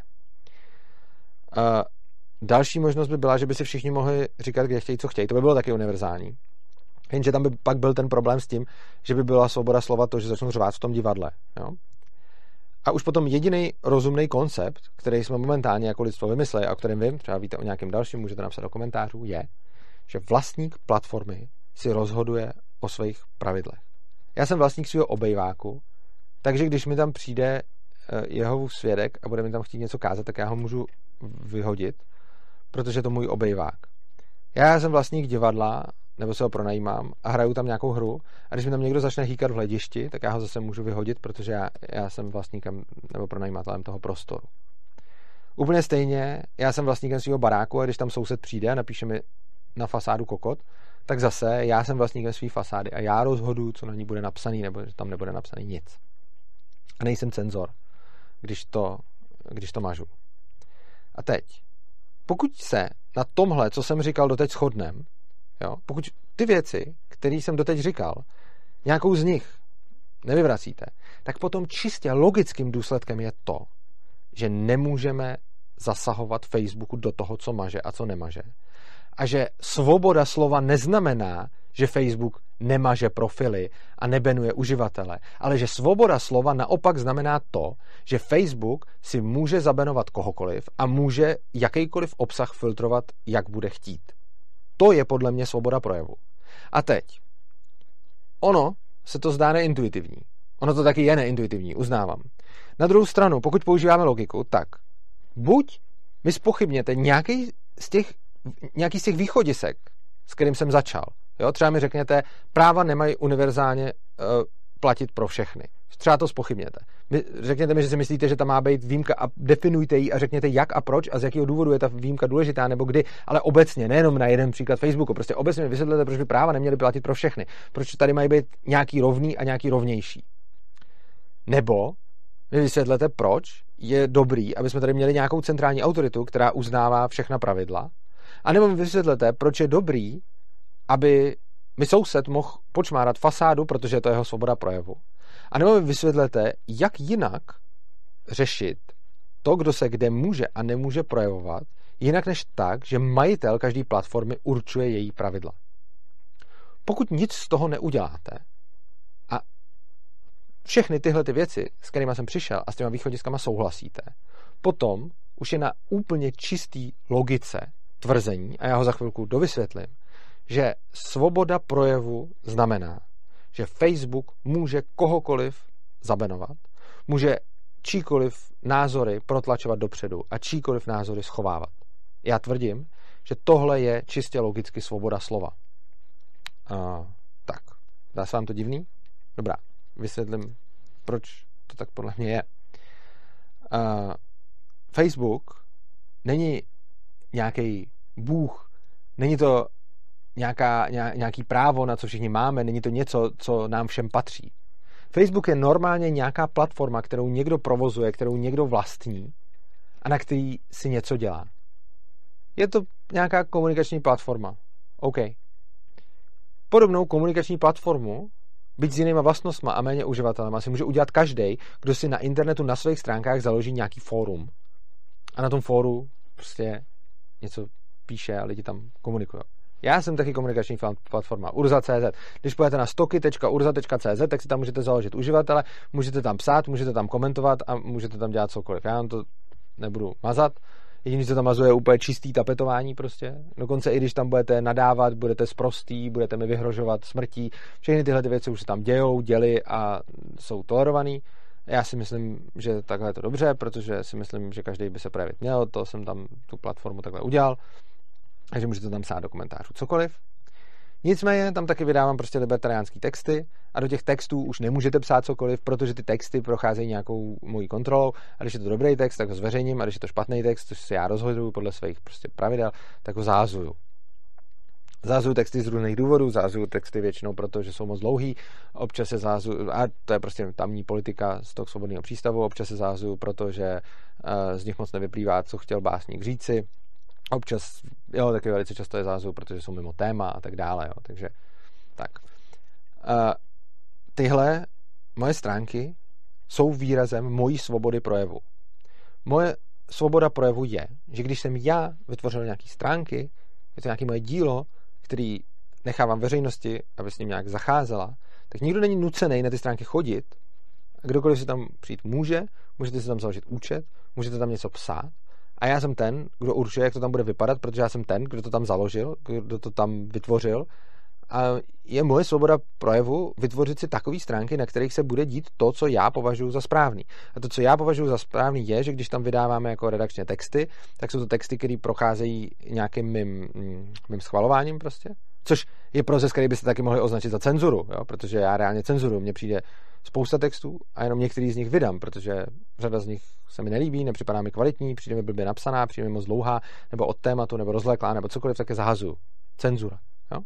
Uh, další možnost by byla, že by si všichni mohli říkat, kde chtějí, co chtějí. To by bylo taky univerzální. Jenže tam by pak byl ten problém s tím, že by byla svoboda slova to, že začnou řvát v tom divadle. Jo? A už potom jediný rozumný koncept, který jsme momentálně jako lidstvo vymysleli a o kterém vím, třeba víte o nějakém dalším, můžete napsat do komentářů, je, že vlastník platformy si rozhoduje o svých pravidlech. Já jsem vlastník svého obejváku, takže když mi tam přijde Jehovův svědek a bude mi tam chtít něco kázat, tak já ho můžu vyhodit, protože je to můj obejvák. Já jsem vlastník divadla, nebo se ho pronajímám a hraju tam nějakou hru, a když mi tam někdo začne hýkat v hledišti, tak já ho zase můžu vyhodit, protože já, já jsem vlastníkem nebo pronajímatelem toho prostoru. Úplně stejně, já jsem vlastníkem svého baráku, a když tam soused přijde a napíše mi na fasádu kokot, tak zase já jsem vlastníkem své fasády a já rozhoduju, co na ní bude napsaný, nebo že tam nebude napsaný nic. A nejsem cenzor, když to, když to mažu. A teď, pokud se na tomhle, co jsem říkal doteď, shodnem, jo, pokud ty věci, které jsem doteď říkal, nějakou z nich nevyvracíte, tak potom čistě logickým důsledkem je to, že nemůžeme zasahovat Facebooku do toho, co maže a co nemaže. A že svoboda slova neznamená, že Facebook nemaže profily a nebenuje uživatele, ale že svoboda slova naopak znamená to, že Facebook si může zabenovat kohokoliv a může jakýkoliv obsah filtrovat, jak bude chtít. To je podle mě svoboda projevu. A teď. Ono se to zdá neintuitivní. Ono to taky je neintuitivní, uznávám. Na druhou stranu, pokud používáme logiku, tak buď vy zpochybněte nějaký z těch, nějaký z těch východisek, s kterým jsem začal. Jo? Třeba mi řekněte, práva nemají univerzálně uh, platit pro všechny. Třeba to zpochybněte. My, řekněte mi, že si myslíte, že tam má být výjimka a definujte ji a řekněte jak a proč a z jakého důvodu je ta výjimka důležitá nebo kdy, ale obecně, nejenom na jeden příklad Facebooku. Prostě obecně mi vysvětlete, proč by práva neměly platit pro všechny. Proč tady mají být nějaký rovný a nějaký rovnější. Nebo mi vysvětlete, proč je dobrý, aby jsme tady měli nějakou centrální autoritu, která uznává všechna pravidla. A nebo mi vysvětlete, proč je dobrý, aby mi soused mohl počmárat fasádu, protože to je jeho svoboda projevu. A nebo mi vysvětlete, jak jinak řešit to, kdo se kde může a nemůže projevovat, jinak než tak, že majitel každé platformy určuje její pravidla. Pokud nic z toho neuděláte a všechny tyhle ty věci, s kterými jsem přišel a s těma východiskama souhlasíte, potom už je na úplně čistý logice tvrzení, a já ho za chvilku dovysvětlím, že svoboda projevu znamená, že Facebook může kohokoliv zabenovat, může číkoliv názory protlačovat dopředu a číkoliv názory schovávat. Já tvrdím, že tohle je čistě logicky svoboda slova. Uh, tak, dá se vám to divný? Dobrá, vysvětlím, proč to tak podle mě je. Uh, Facebook není nějaký bůh, není to nějaká, nějaký právo, na co všichni máme, není to něco, co nám všem patří. Facebook je normálně nějaká platforma, kterou někdo provozuje, kterou někdo vlastní a na který si něco dělá. Je to nějaká komunikační platforma. OK. Podobnou komunikační platformu, byť s jinýma vlastnostma a méně uživatelema, si může udělat každý, kdo si na internetu na svých stránkách založí nějaký fórum. A na tom fóru prostě něco píše a lidi tam komunikují. Já jsem taky komunikační platforma urza tečka cé zet. Když půjdete na stoky tečka urza tečka cé zet, tak si tam můžete založit uživatele, můžete tam psát, můžete tam komentovat a můžete tam dělat cokoliv. Já vám to nebudu mazat. Jediné, co tam mazuje, je úplně čistý tapetování prostě. Dokonce i když tam budete nadávat, budete sprostý, budete mi vyhrožovat smrtí. Všechny tyhle ty věci už se tam dějou, děly a jsou tolerovaný. Já si myslím, že takhle je to dobře, protože si myslím, že každý by se projevit měl. To jsem tam tu platformu takhle udělal. Takže můžete tam psát do komentářů cokoliv. Nicméně tam taky vydávám prostě libertariánský texty a do těch textů už nemůžete psát cokoliv, protože ty texty procházejí nějakou mojí kontrolou a když je to dobrý text, tak ho zveřejním a když je to špatný text, což si já rozhoduju podle svých prostě pravidel, tak ho zázuju. Zázuju texty z různých důvodů, zázuju texty většinou proto, že jsou moc dlouhý, občas se zázuju, a to je prostě tamní politika z toho svobodného přístavu, občas se zázuju, protože uh, z nich moc nevyplývá, co chtěl básník říci. Občas, jo, taky velice často je zázuju, protože jsou mimo téma a tak dále, jo, takže tak. Uh, tyhle moje stránky jsou výrazem mojí svobody projevu. Moje svoboda projevu je, že když jsem já vytvořil nějaký stránky, je to nějaké moje dílo, který nechávám veřejnosti, aby s ním nějak zacházela, tak nikdo není nucený na ty stránky chodit. Kdokoliv si tam přijít může, můžete si tam založit účet, můžete tam něco psát, a já jsem ten, kdo určuje, jak to tam bude vypadat, protože já jsem ten, kdo to tam založil, kdo to tam vytvořil. A je moje svoboda projevu vytvořit si takové stránky, na kterých se bude dít to, co já považuji za správný. A to, co já považuji za správný, je, že když tam vydáváme jako redakčně texty, tak jsou to texty, které procházejí nějakým mým, mým schvalováním prostě. Což je proces, který byste taky mohli označit za cenzuru, jo? Protože já reálně cenzuru. Mně přijde spousta textů a jenom některý z nich vydám, protože řada z nich se mi nelíbí, nepřipadá mi kvalitní, přijde mi blbě napsaná, přijde mi moc dlouhá, nebo od tématu, nebo rozvleklá, nebo cokoliv, také zahazuju. Cenzura. Jo?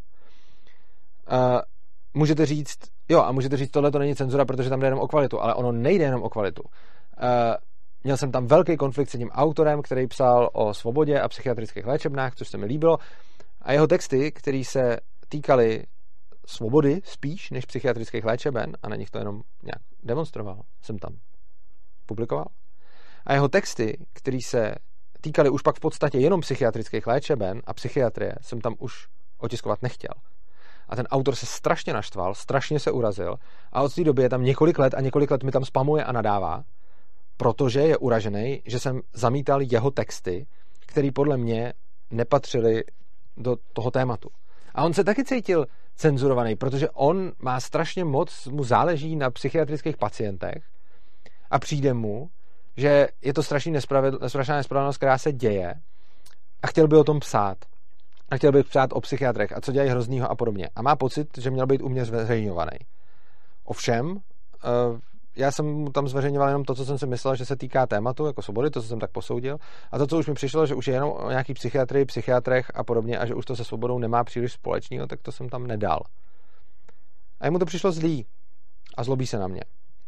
Uh, můžete říct, jo, a můžete říct, tohle to není cenzura, protože tam jde jenom o kvalitu, ale ono nejde jenom o kvalitu. Uh, měl jsem tam velký konflikt s jedním autorem, který psal o svobodě a psychiatrických léčebnách, což se mi líbilo, a jeho texty, které se týkaly svobody spíš než psychiatrických léčeben, a na nich to jenom nějak demonstroval, jsem tam publikoval. A jeho texty, které se týkaly už pak v podstatě jenom psychiatrických léčeben a psychiatrie, jsem tam už otiskovat nechtěl. A ten autor se strašně naštval, strašně se urazil a od té doby je tam několik let a několik let mi tam spamuje a nadává, protože je uražený, že jsem zamítal jeho texty, které podle mě nepatřily do toho tématu. A on se taky cítil cenzurovaný, protože on má strašně moc, mu záleží na psychiatrických pacientech a přijde mu, že je to strašný nespravedl, strašná nespravedlnost, která se děje a chtěl by o tom psát. A chtěl bych psát o psychiatrech a co dělají hroznýho a podobně. A má pocit, že měl být u mě zveřejňovaný. Ovšem, já jsem mu tam zveřejňoval jenom to, co jsem si myslel, že se týká tématu, jako svobody, to, co jsem tak posoudil. A to, co už mi přišlo, že už je jenom o nějaký psychiatrii, psychiatrech a podobně a že už to se svobodou nemá příliš společného, tak to jsem tam nedal. A jemu to přišlo zlý. A zlobí se na mě.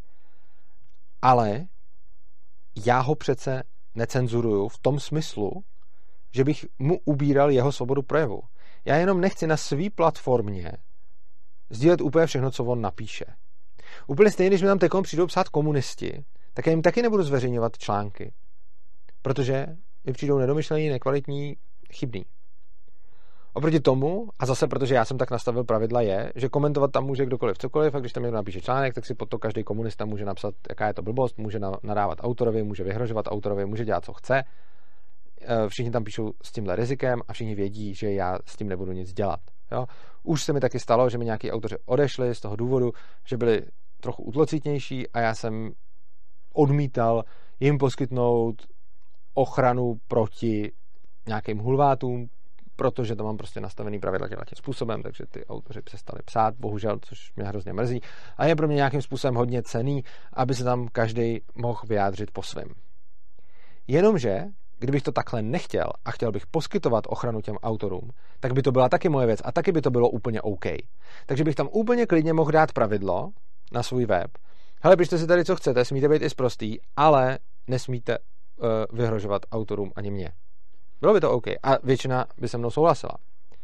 Ale já ho přece necenzuruju v tom smyslu, že bych mu ubíral jeho svobodu projevu. Já jenom nechci na svý platformě sdílet úplně všechno, co on napíše. Úplně stejně, když mi tam teďkom přijdou psát komunisti, tak já jim taky nebudu zveřejňovat články. Protože mi přijdou nedomyšlený, nekvalitní, chybný. Oproti tomu, a zase protože já jsem tak nastavil pravidla, je, že komentovat tam může kdokoliv cokoliv, a když tam někdo napíše článek, tak si pod to každý komunista může napsat, jaká je to blbost, může nadávat autorovi, může vyhrožovat autorovi, může dělat, co chce. Všichni tam píšou s tímhle rizikem a všichni vědí, že já s tím nebudu nic dělat. Jo? Už se mi taky stalo, že mi nějaký autoři odešli z toho důvodu, že byli trochu útlocitnější a já jsem odmítal jim poskytnout ochranu proti nějakým hulvátům, protože to mám prostě nastavený pravidla tím způsobem, takže ty autoři přestali psát, bohužel, což mě hrozně mrzí. A je pro mě nějakým způsobem hodně cenný, aby se tam každý mohl vyjádřit po svém. Jenomže, kdybych to takhle nechtěl a chtěl bych poskytovat ochranu těm autorům, tak by to byla taky moje věc a taky by to bylo úplně OK. Takže bych tam úplně klidně mohl dát pravidlo na svůj web. Hele, pište si tady, co chcete, smíte být i sprostý, ale nesmíte uh, vyhrožovat autorům ani mě. Bylo by to OK. A většina by se mnou souhlasila.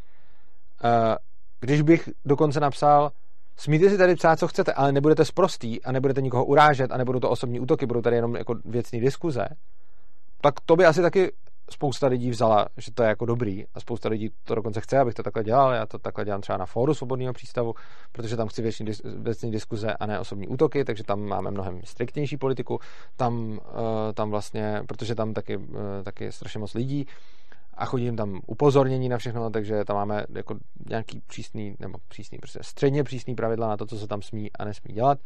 Uh, když bych dokonce napsal, smíte si tady psát, co chcete, ale nebudete sprostý a nebudete nikoho urážet a nebudou to osobní útoky, budou tady jenom jako věcný diskuze, tak to by asi taky spousta lidí vzala, že to je jako dobrý a spousta lidí to dokonce chce, abych to takhle dělal. Já to takhle dělám třeba na fóru Svobodného přístavu, protože tam chci větší, věcný diskuze a ne osobní útoky, takže tam máme mnohem striktnější politiku. Tam, uh, tam vlastně, protože tam taky, uh, taky strašně moc lidí a chodí jim tam upozornění na všechno, takže tam máme jako nějaký přísný, nebo přísný, prostě středně přísný pravidla na to, co se tam smí a nesmí dělat.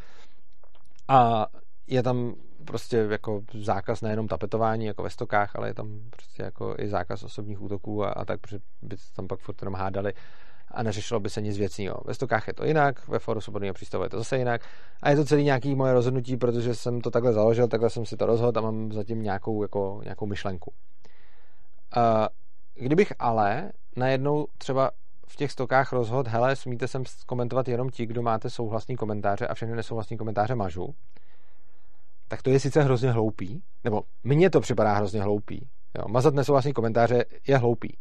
A je tam prostě jako zákaz nejenom tapetování jako ve stokách, ale je tam prostě jako i zákaz osobních útoků a, a tak, protože by se tam pak furt jenom hádali a neřešilo by se nic věcného. Ve stokách je to jinak, ve Fóru Svobodného přístavu je to zase jinak a je to celý nějaký moje rozhodnutí, protože jsem to takhle založil, takhle jsem si to rozhodl a mám zatím nějakou, jako, nějakou myšlenku. Uh, kdybych ale najednou třeba v těch stokách rozhodl, hele, smíte sem komentovat jenom ti, kdo máte souhlasný komentáře a všechny nesouhlasný komentáře mažu, tak to je sice hrozně hloupý, nebo mně to připadá hrozně hloupý. Jo, mazat nesouhlasný komentáře je hloupý.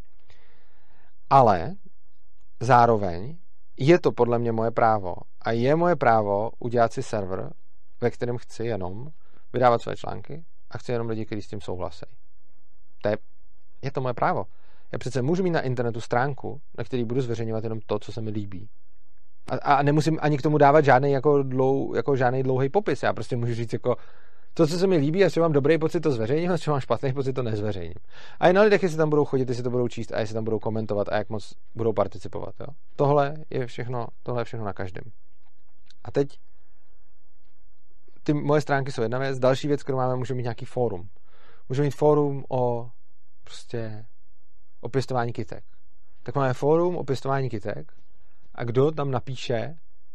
Ale zároveň je to podle mě moje právo. A je moje právo udělat si server, ve kterém chci jenom vydávat své články a chci jenom lidi, kteří s tím souhlasí. To je, je to moje právo. Já přece můžu mít na internetu stránku, na který budu zveřejňovat jenom to, co se mi líbí. A, a nemusím ani k tomu dávat žádný jako, dlou, jako žádný dlouhý popis. Já prostě můžu říct jako to, co se mi líbí, a jestli mám dobrý pocit, to zveřejním, a jestli mám špatný pocit, to nezveřejním. A i na lidech, jestli tam budou chodit, jestli to budou číst a jestli tam budou komentovat a jak moc budou participovat. Jo? Tohle je všechno, tohle je všechno na každém. A teď ty moje stránky jsou jedna věc. Další věc, kterou máme, můžeme mít nějaký fórum. Můžeme mít fórum o prostě o pěstování kytek. Tak máme fórum o pěstování kytek a kdo tam napíše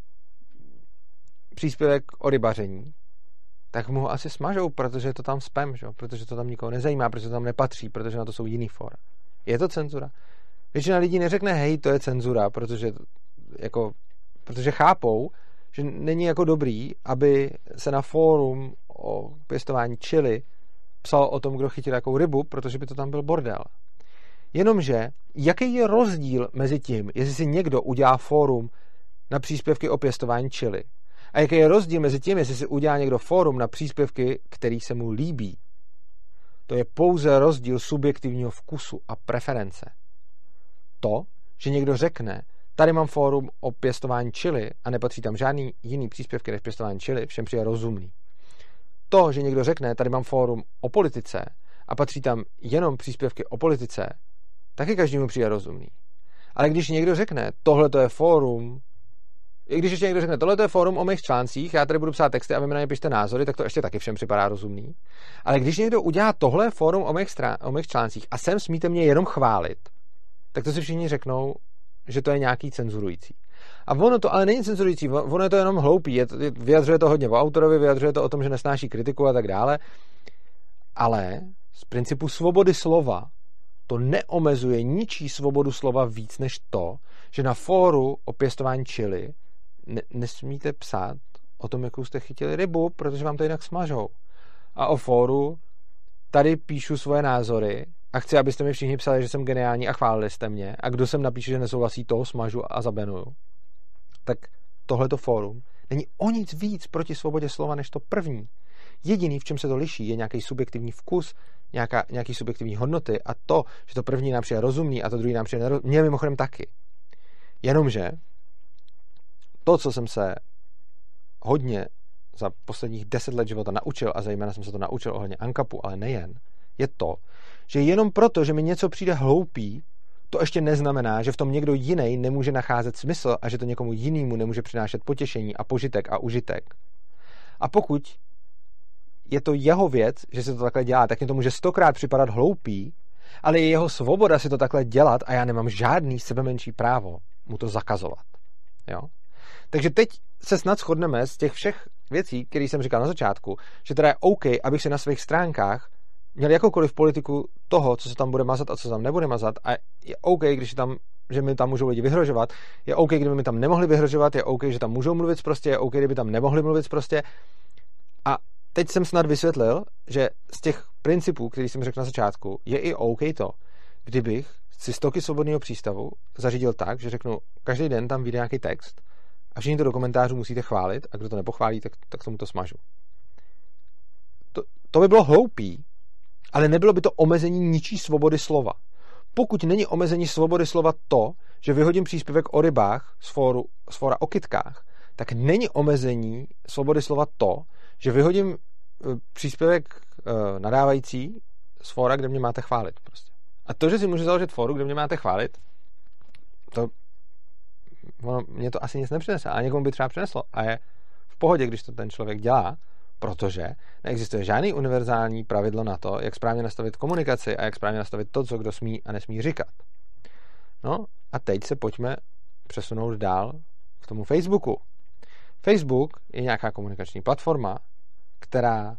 příspěvek o rybaření, tak mu ho asi smažou, protože je to tam spam, že? Protože to tam nikoho nezajímá, protože to tam nepatří, protože na to jsou jiný fóra. Je to cenzura? Většina lidí neřekne, hej, to je cenzura, protože, jako, protože chápou, že není jako dobrý, aby se na fórum o pěstování chili psalo o tom, kdo chytil jakou rybu, protože by to tam byl bordel. Jenomže, jaký je rozdíl mezi tím, jestli si někdo udělá fórum na příspěvky o pěstování chili, a jaký je rozdíl mezi tím, jestli si udělá někdo fórum na příspěvky, který se mu líbí. To je pouze rozdíl subjektivního vkusu a preference. To, že někdo řekne, tady mám fórum o pěstování chili a nepatří tam žádný jiný příspěvky než pěstování chili, všem přijde rozumný. To, že někdo řekne, tady mám fórum o politice a patří tam jenom příspěvky o politice, taky každému přijde rozumný. Ale když někdo řekne, tohle to je fórum, i když ještě někdo řekne, tohle to je fórum o mých článcích, já tady budu psát texty a vy mi na ně pište názory, tak to ještě taky všem připadá rozumný. Ale když někdo udělá tohle fórum o mých, strán, o mých článcích a sem smíte mě jenom chválit, tak to si všichni řeknou, že to je nějaký cenzurující. A ono to ale není cenzurující, ono je to jenom hloupý, je to, vyjadřuje to hodně o autorovi, vyjadřuje to o tom, že nesnáší kritiku a tak dále, ale z principu svobody slova to neomezuje ničí svobodu slova víc než to, že na fóru o pěstování chili ne- nesmíte psát o tom, jakou jste chytili rybu, protože vám to jinak smažou. A o fóru tady píšu svoje názory a chci, abyste mi všichni psali, že jsem geniální a chválili jste mě. A kdo sem napíše, že nesouhlasí, toho smažu a zabenuju. Tak tohleto fórum není o nic víc proti svobodě slova než to první. Jediný, v čem se to liší, je nějaký subjektivní vkus, nějaká, nějaký subjektivní hodnoty a to, že to první nám přijde rozumný a to druhý nám přijde nerozumný, mě mimochodem taky. Jenomže to, co jsem se hodně za posledních deset let života naučil, a zejména jsem se to naučil ohledně ANCAPu, ale nejen, je to, že jenom proto, že mi něco přijde hloupý, to ještě neznamená, že v tom někdo jiný nemůže nacházet smysl a že to někomu jinému nemůže přinášet potěšení a požitek a užitek. A pokud je to jeho věc, že se to takhle dělá, tak mě to může stokrát připadat hloupý, ale je jeho svoboda si to takhle dělat a já nemám žádný sebemenší právo mu to zakazovat. Jo? Takže teď se snad shodneme z těch všech věcí, které jsem říkal na začátku, že teda je OK, abych si na svých stránkách měl jakoukoliv politiku toho, co se tam bude mazat a co se tam nebude mazat, a je OK, když tam, že mi tam můžou lidi vyhrožovat, je OK, kdyby mi tam nemohli vyhrožovat, je OK, že tam můžou mluvit prostě, je OK, kdyby tam nemohli mluvit prostě. A teď jsem snad vysvětlil, že z těch principů, který jsem řekl na začátku, je i OK to, kdybych si stoky svobodného přístavu zařídil tak, že řeknu, každý den tam vyjde nějaký text a všichni to do komentářů musíte chválit a kdo to nepochválí, tak, tak tomu to smažu. To, to by bylo hloupý, ale nebylo by to omezení ničí svobody slova. Pokud není omezení svobody slova to, že vyhodím příspěvek o rybách z, fóru, z fóra o kytkách, tak není omezení svobody slova to, že vyhodím příspěvek uh, nadávající z fóra, kde mě máte chválit. Prostě. A to, že si můžu založit fóru, kde mě máte chválit, to ono, mě to asi nic nepřinese. A někomu by třeba přineslo. A je v pohodě, když to ten člověk dělá, protože neexistuje žádný univerzální pravidlo na to, jak správně nastavit komunikaci a jak správně nastavit to, co kdo smí a nesmí říkat. No a teď se pojďme přesunout dál k tomu Facebooku. Facebook je nějaká komunikační platforma, která,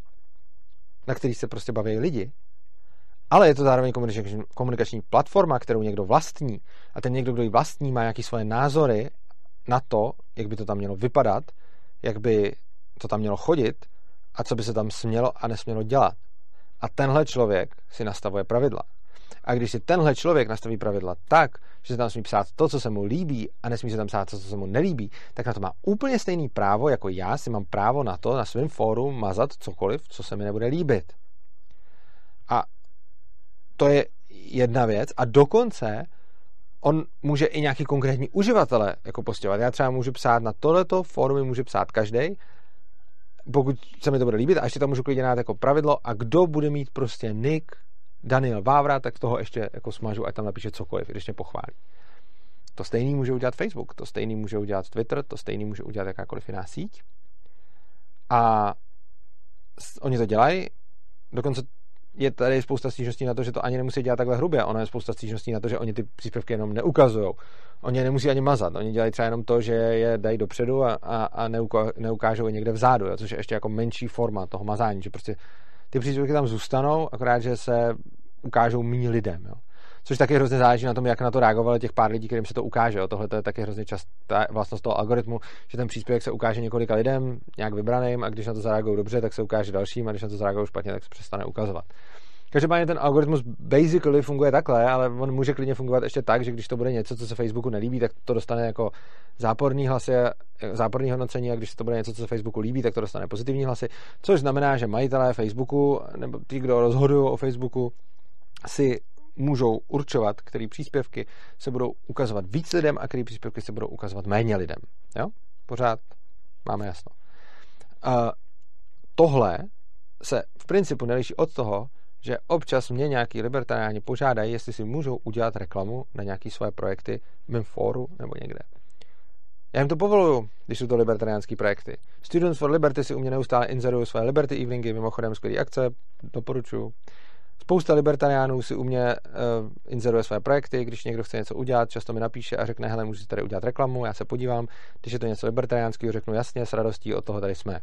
na který se prostě baví lidi, ale je to zároveň komunikační, komunikační platforma, kterou někdo vlastní a ten někdo, kdo ji vlastní, má nějaké svoje názory na to, jak by to tam mělo vypadat, jak by to tam mělo chodit a co by se tam smělo a nesmělo dělat. A tenhle člověk si nastavuje pravidla. A když si tenhle člověk nastaví pravidla tak, že se tam smí psát to, co se mu líbí a nesmí se tam psát to, co se mu nelíbí, tak na to má úplně stejný právo, jako já si mám právo na to na svém fóru mazat cokoliv, co se mi nebude líbit. A to je jedna věc. A dokonce on může i nějaký konkrétní uživatele jako postihovat. Já třeba můžu psát na tohleto fórum, mi může psát každej, pokud se mi to bude líbit, a ještě tam můžu klidně dát jako pravidlo, a kdo bude mít prostě nick Daniel Vávra, tak toho ještě jako smažu, ať tam napíše cokoliv, když mě pochválí. To stejný může udělat Facebook, to stejný může udělat Twitter, to stejný může udělat jakákoliv jiná síť. A oni to dělají, dokonce je tady spousta stížností na to, že to ani nemusí dělat takhle hrubě. Ono je spousta stížností na to, že oni ty příspěvky jenom neukazují. Oni je nemusí ani mazat. Oni dělají třeba jenom to, že je dají dopředu a, a, a neuka, neukážou je někde vzadu, jo, což je ještě jako menší forma toho mazání, že prostě ty příspěvky tam zůstanou, akorát, že se ukážou méně lidem. Jo. Což taky hrozně záleží na tom, jak na to reagovali těch pár lidí, kterým se to ukáže. Jo. Tohle je taky hrozně častá vlastnost toho algoritmu, že ten příspěvek se ukáže několika lidem, nějak vybraným, a když na to zareagují dobře, tak se ukáže dalším, a když na to zareagují špatně, tak se přestane ukazovat. Každopádně ten algoritmus basically funguje takhle, ale on může klidně fungovat ještě tak, že když to bude něco, co se Facebooku nelíbí, tak to dostane jako záporný hlasy, záporný hodnocení, a když to bude něco, co se Facebooku líbí, tak to dostane pozitivní hlasy, což znamená, že majitelé Facebooku nebo ti, kdo rozhodují o Facebooku, si můžou určovat, který příspěvky se budou ukazovat víc lidem a který příspěvky se budou ukazovat méně lidem. Jo? Pořád máme jasno. Uh, tohle se v principu neliší od toho, že občas mě nějaký libertariáni požádají, jestli si můžou udělat reklamu na nějaké svoje projekty v mém fóru nebo někde. Já jim to povoluju, když jsou to libertariánský projekty. Students for Liberty si u mě neustále inzerují své Liberty eveningy, mimochodem skvělý akce, doporučuju. Spousta libertariánů si u mě uh, inzeruje své projekty, když někdo chce něco udělat, často mi napíše a řekne, hele, můžu si tady udělat reklamu, já se podívám, když je to něco libertariánského, řeknu jasně, s radostí, od toho tady jsme.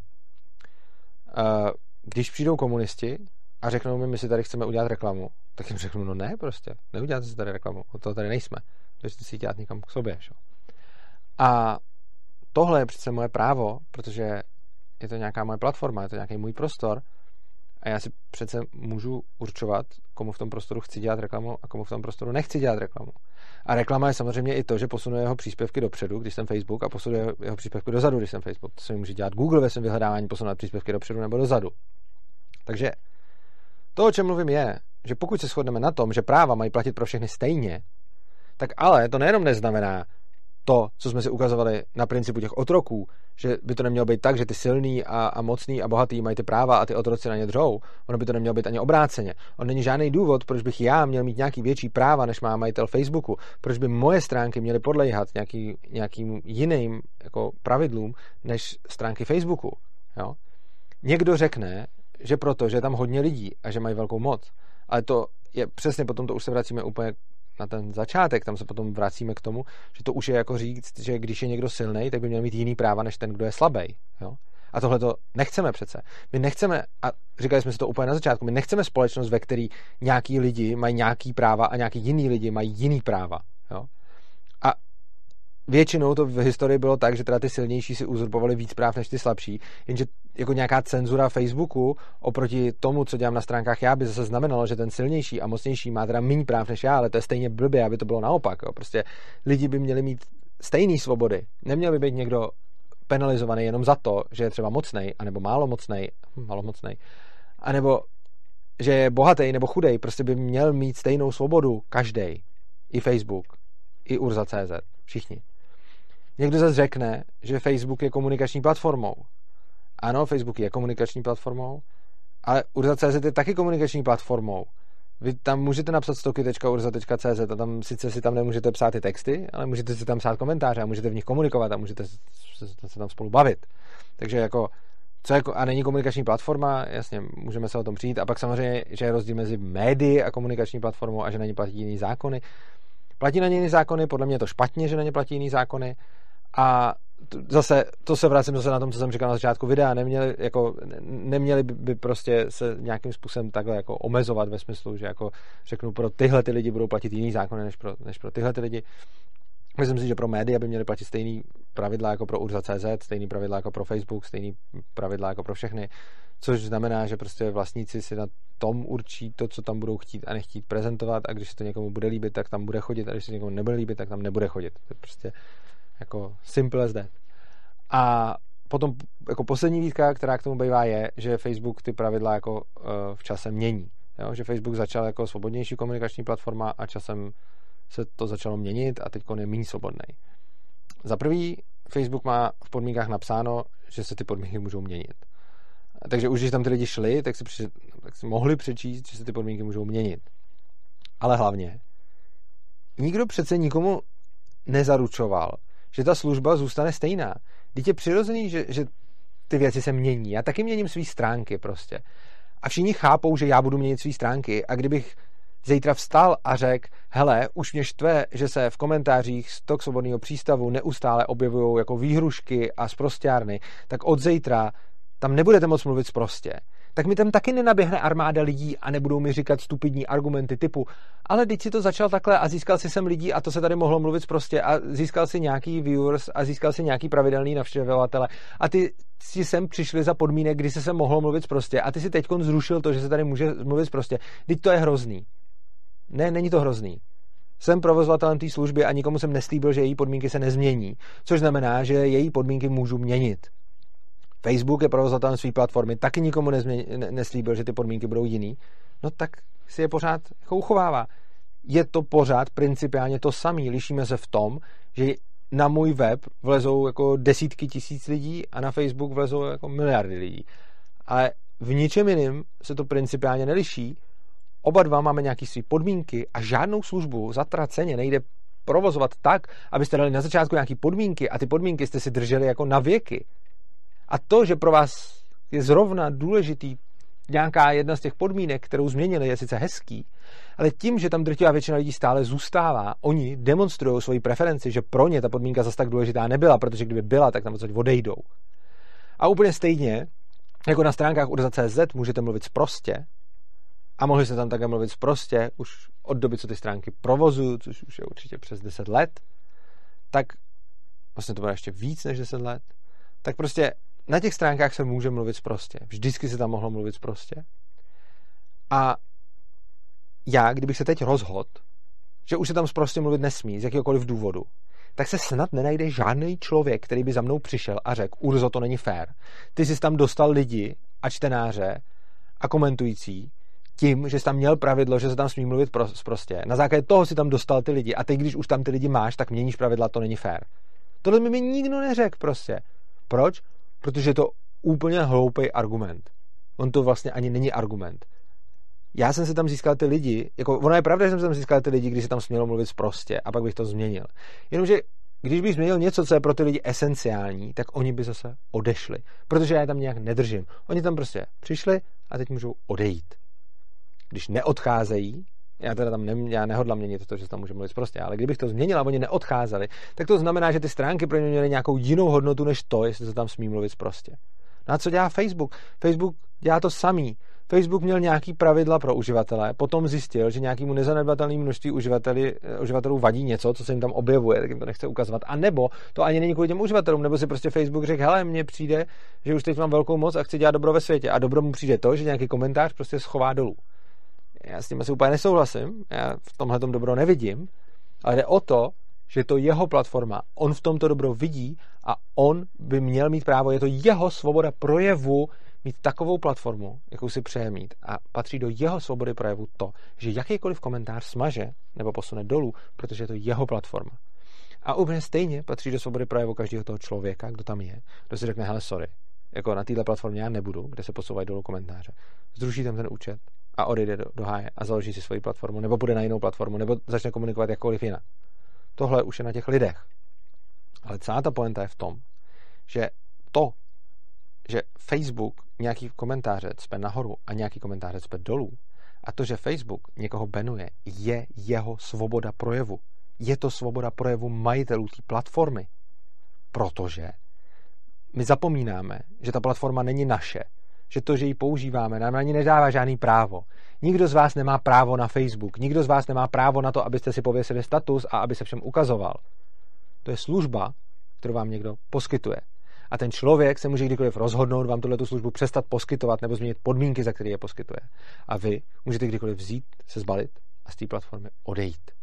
Uh, když přijdou komunisti a řeknou mi, my si tady chceme udělat reklamu, tak jim řeknu, no ne, prostě, neuděláte si tady reklamu, od toho tady nejsme, můžete si dělat někam k sobě. Šo? A tohle je přece moje právo, protože je to nějaká moje platforma, je to nějaký můj prostor a já si přece můžu určovat, komu v tom prostoru chci dělat reklamu a komu v tom prostoru nechci dělat reklamu. A reklama je samozřejmě i to, že posunuje jeho příspěvky dopředu, když jsem Facebook, a posunuje jeho příspěvky dozadu, když jsem Facebook. To se může dělat Google ve svém vyhledávání, posunout příspěvky dopředu nebo dozadu. Takže To, o čem mluvím, je, že pokud se shodneme na tom, že práva mají platit pro všechny stejně, tak ale to nejenom neznamená to, co jsme si ukazovali na principu těch otroků, že by to nemělo být tak, že ty silný a, a mocný a bohatý mají ty práva a ty otroci na ně dřou. Ono by to nemělo být ani obráceně. On není žádný důvod, proč bych já měl mít nějaký větší práva, než má majitel Facebooku. Proč by moje stránky měly podléhat nějaký, nějakým jiným jako pravidlům, než stránky Facebooku. Jo? Někdo řekne, že proto, že je tam hodně lidí a že mají velkou moc. Ale to je přesně, potom to už se vracíme úplně na ten začátek, tam se potom vracíme k tomu, že to už je jako říct, že když je někdo silnej, tak by měl mít jiný práva, než ten, kdo je slabý. Jo? A tohle to nechceme přece. My nechceme, a říkali jsme si to úplně na začátku, my nechceme společnost, ve který nějaký lidi mají nějaký práva a nějaký jiný lidi mají jiný práva. Jo? A většinou to v historii bylo tak, že teda ty silnější si uzurpovali víc práv než ty slabší, jenže jako nějaká cenzura Facebooku oproti tomu, co dělám na stránkách já, by zase znamenalo, že ten silnější a mocnější má teda méně práv než já, ale to je stejně blbě, aby to bylo naopak. Jo. Prostě lidi by měli mít stejné svobody. Neměl by být někdo penalizovaný jenom za to, že je třeba mocnej, anebo málo mocnej, málo mocnej, anebo že je bohatý nebo chudej, prostě by měl mít stejnou svobodu každej. I Facebook, i Urza tečka cé zet, všichni. Někdo zase řekne, že Facebook je komunikační platformou. Ano, Facebook je komunikační platformou, ale Urza tečka cé zet je taky komunikační platformou. Vy tam můžete napsat stoky tečka urza tečka cé zet a tam sice si tam nemůžete psát ty texty, ale můžete si tam psát komentáře a můžete v nich komunikovat a můžete se tam spolu bavit. Takže jako, co je, a není komunikační platforma, jasně, můžeme se o tom přijít. A pak samozřejmě, že je rozdíl mezi médii a komunikační platformou a že na ně platí jiný zákony. Platí na ně jiný zákony, podle mě je to špatně, že na ně platí jiný zákony. A zase, to se vracím zase na tom, co jsem říkal na začátku videa, neměli, jako, neměli by prostě se nějakým způsobem takhle jako omezovat ve smyslu, že jako řeknu, pro tyhle ty lidi budou platit jiný zákony než pro, než pro tyhle ty lidi. Myslím si, že pro média by měly platit stejný pravidla jako pro Urza tečka cé zet, stejný pravidla jako pro Facebook, stejný pravidla jako pro všechny, což znamená, že prostě vlastníci si na tom určí to, co tam budou chtít a nechtít prezentovat, a když se to někomu bude líbit, tak tam bude chodit, a když se někomu nebude líbit, tak tam nebude chodit. To je prostě jako simple as that. A potom jako poslední výtka, která k tomu bývá, je, že Facebook ty pravidla jako uh, v čase mění. Jo? Že Facebook začal jako svobodnější komunikační platforma a časem se to začalo měnit a teď je méně svobodný. Za prvý, Facebook má v podmínkách napsáno, že se ty podmínky můžou měnit. Takže už když tam ty lidi šli, tak si, při, tak si mohli přečíst, že se ty podmínky můžou měnit. Ale hlavně, nikdo přece nikomu nezaručoval, že ta služba zůstane stejná. Vždyť je přirozený, že, že ty věci se mění. Já taky měním svý stránky prostě. A všichni chápou, že já budu měnit svý stránky, a kdybych zítra vstal a řekl, hele, už mě štve, že se v komentářích z Tok svobodného přístavu neustále objevují jako výhrušky a sprosťárny, tak od zítra tam nebudete moc mluvit sprostě. Tak mi tam taky nenaběhne armáda lidí a nebudou mi říkat stupidní argumenty typu, ale teď si to začal takhle a získal si sem lidí a to se tady mohlo mluvit sprostě a získal si nějaký viewers a získal si nějaký pravidelný navštěvovatele a ty si sem přišli za podmínek, kdy se sem mohlo mluvit sprostě a ty si teďkon zrušil to, že se tady může mluvit sprostě. Teď to je hrozný. Ne, není to hrozný. Jsem provozovatelem té služby a nikomu jsem neslíbil, že její podmínky se nezmění, což znamená, že její podmínky můžu měnit. Facebook je provozovatelem své platformy, taky nikomu nezměň, ne, neslíbil, že ty podmínky budou jiný, no tak si je pořád jako uchovává. Je to pořád principiálně to samé. Lišíme se v tom, že na můj web vlezou jako desítky tisíc lidí a na Facebook vlezou jako miliardy lidí. Ale v ničem jiném se to principiálně neliší. Oba dva máme nějaké své podmínky a žádnou službu zatraceně nejde provozovat tak, abyste dali na začátku nějaké podmínky a ty podmínky jste si drželi jako na věky. A to, že pro vás je zrovna důležitý nějaká jedna z těch podmínek, kterou změnili, je sice hezký, ale tím, že tam drtivá většina lidí stále zůstává, oni demonstrují svoji preferenci, že pro ně ta podmínka zase tak důležitá nebyla, protože kdyby byla, tak tam odsaď odejdou. A úplně stejně, jako na stránkách urza tečka cé zet můžete mluvit sprostě, a mohli se tam také mluvit sprostě už od doby, co ty stránky provozuju, což už je určitě přes deset let, tak vlastně to bude ještě víc než deset let, tak prostě na těch stránkách se může mluvit sprostě. Vždycky se tam mohlo mluvit sprostě. A já, kdybych se teď rozhodl, že už se tam sprostě mluvit nesmí z jakýhokoliv důvodu, tak se snad nenajde žádný člověk, který by za mnou přišel a řekl, Urzo, to není fér. Ty jsi tam dostal lidi a čtenáře a komentující tím, že jsi tam měl pravidlo, že se tam smí mluvit prostě. Na základě toho si tam dostal ty lidi a teď, když už tam ty lidi máš, tak měníš pravidla, to není fér. Tohle mi, mi nikdo neřekl prostě. Proč? Protože je to úplně hloupý argument. On to vlastně ani není argument. Já jsem si tam získal ty lidi, jako ono je pravda, že jsem si tam získal ty lidi, když se tam smělo mluvit prostě a pak bych to změnil. Jenomže když bych změnil něco, co je pro ty lidi esenciální, tak oni by zase odešli, protože já je tam nějak nedržím. Oni tam prostě přišli a teď můžou odejít. Když neodcházejí, já teda tam ne, já nehodlám měnit to, že se tam může mluvit prostě, ale kdybych to změnil a oni neodcházeli, tak to znamená, že ty stránky pro ně měly nějakou jinou hodnotu než to, jestli se tam smí mluvit prostě. No a co dělá Facebook? Facebook dělá to samý. Facebook měl nějaký pravidla pro uživatele, potom zjistil, že nějakému nezanedbatelnému množství uživatelů vadí něco, co se jim tam objevuje, tak jim to nechce ukazovat. A nebo to ani není kvůli těm uživatelům, nebo si prostě Facebook řekl, hele, mně přijde, že už teď mám velkou moc a chci dělat dobro ve světě. A dobro mu přijde to, že nějaký komentář prostě schová dolů. Já s tím asi úplně nesouhlasím, já v tomhle tom dobro nevidím, ale jde o to, že to jeho platforma, on v tomto dobro vidí a on by měl mít právo, je to jeho svoboda projevu mít takovou platformu, jakou si přeje mít a patří do jeho svobody projevu to, že jakýkoliv komentář smaže nebo posune dolů, protože je to jeho platforma. A úplně stejně patří do svobody projevu každého toho člověka, kdo tam je, kdo si řekne, hele, sorry, jako na této platformě já nebudu, kde se posouvají dolů komentáře. Zruší tam ten účet a odejde do, do háje a založí si svoji platformu, nebo půjde na jinou platformu, nebo začne komunikovat jakkoliv jinak. Tohle už je na těch lidech. Ale celá ta pointa je v tom, že to, že Facebook nějaký komentáře cpe nahoru a nějaký komentáře cpe dolů a to, že Facebook někoho banuje, je jeho svoboda projevu. Je to svoboda projevu majitelů té platformy. Protože my zapomínáme, že ta platforma není naše, že to, že ji používáme, nám ani nedává žádný právo. Nikdo z vás nemá právo na Facebook, nikdo z vás nemá právo na to, abyste si pověsili status a aby se všem ukazoval. To je služba, kterou vám někdo poskytuje. A ten člověk se může kdykoliv rozhodnout vám tuhle službu přestat poskytovat nebo změnit podmínky, za které je poskytuje. A vy můžete kdykoliv vzít, se zbalit a z té platformy odejít.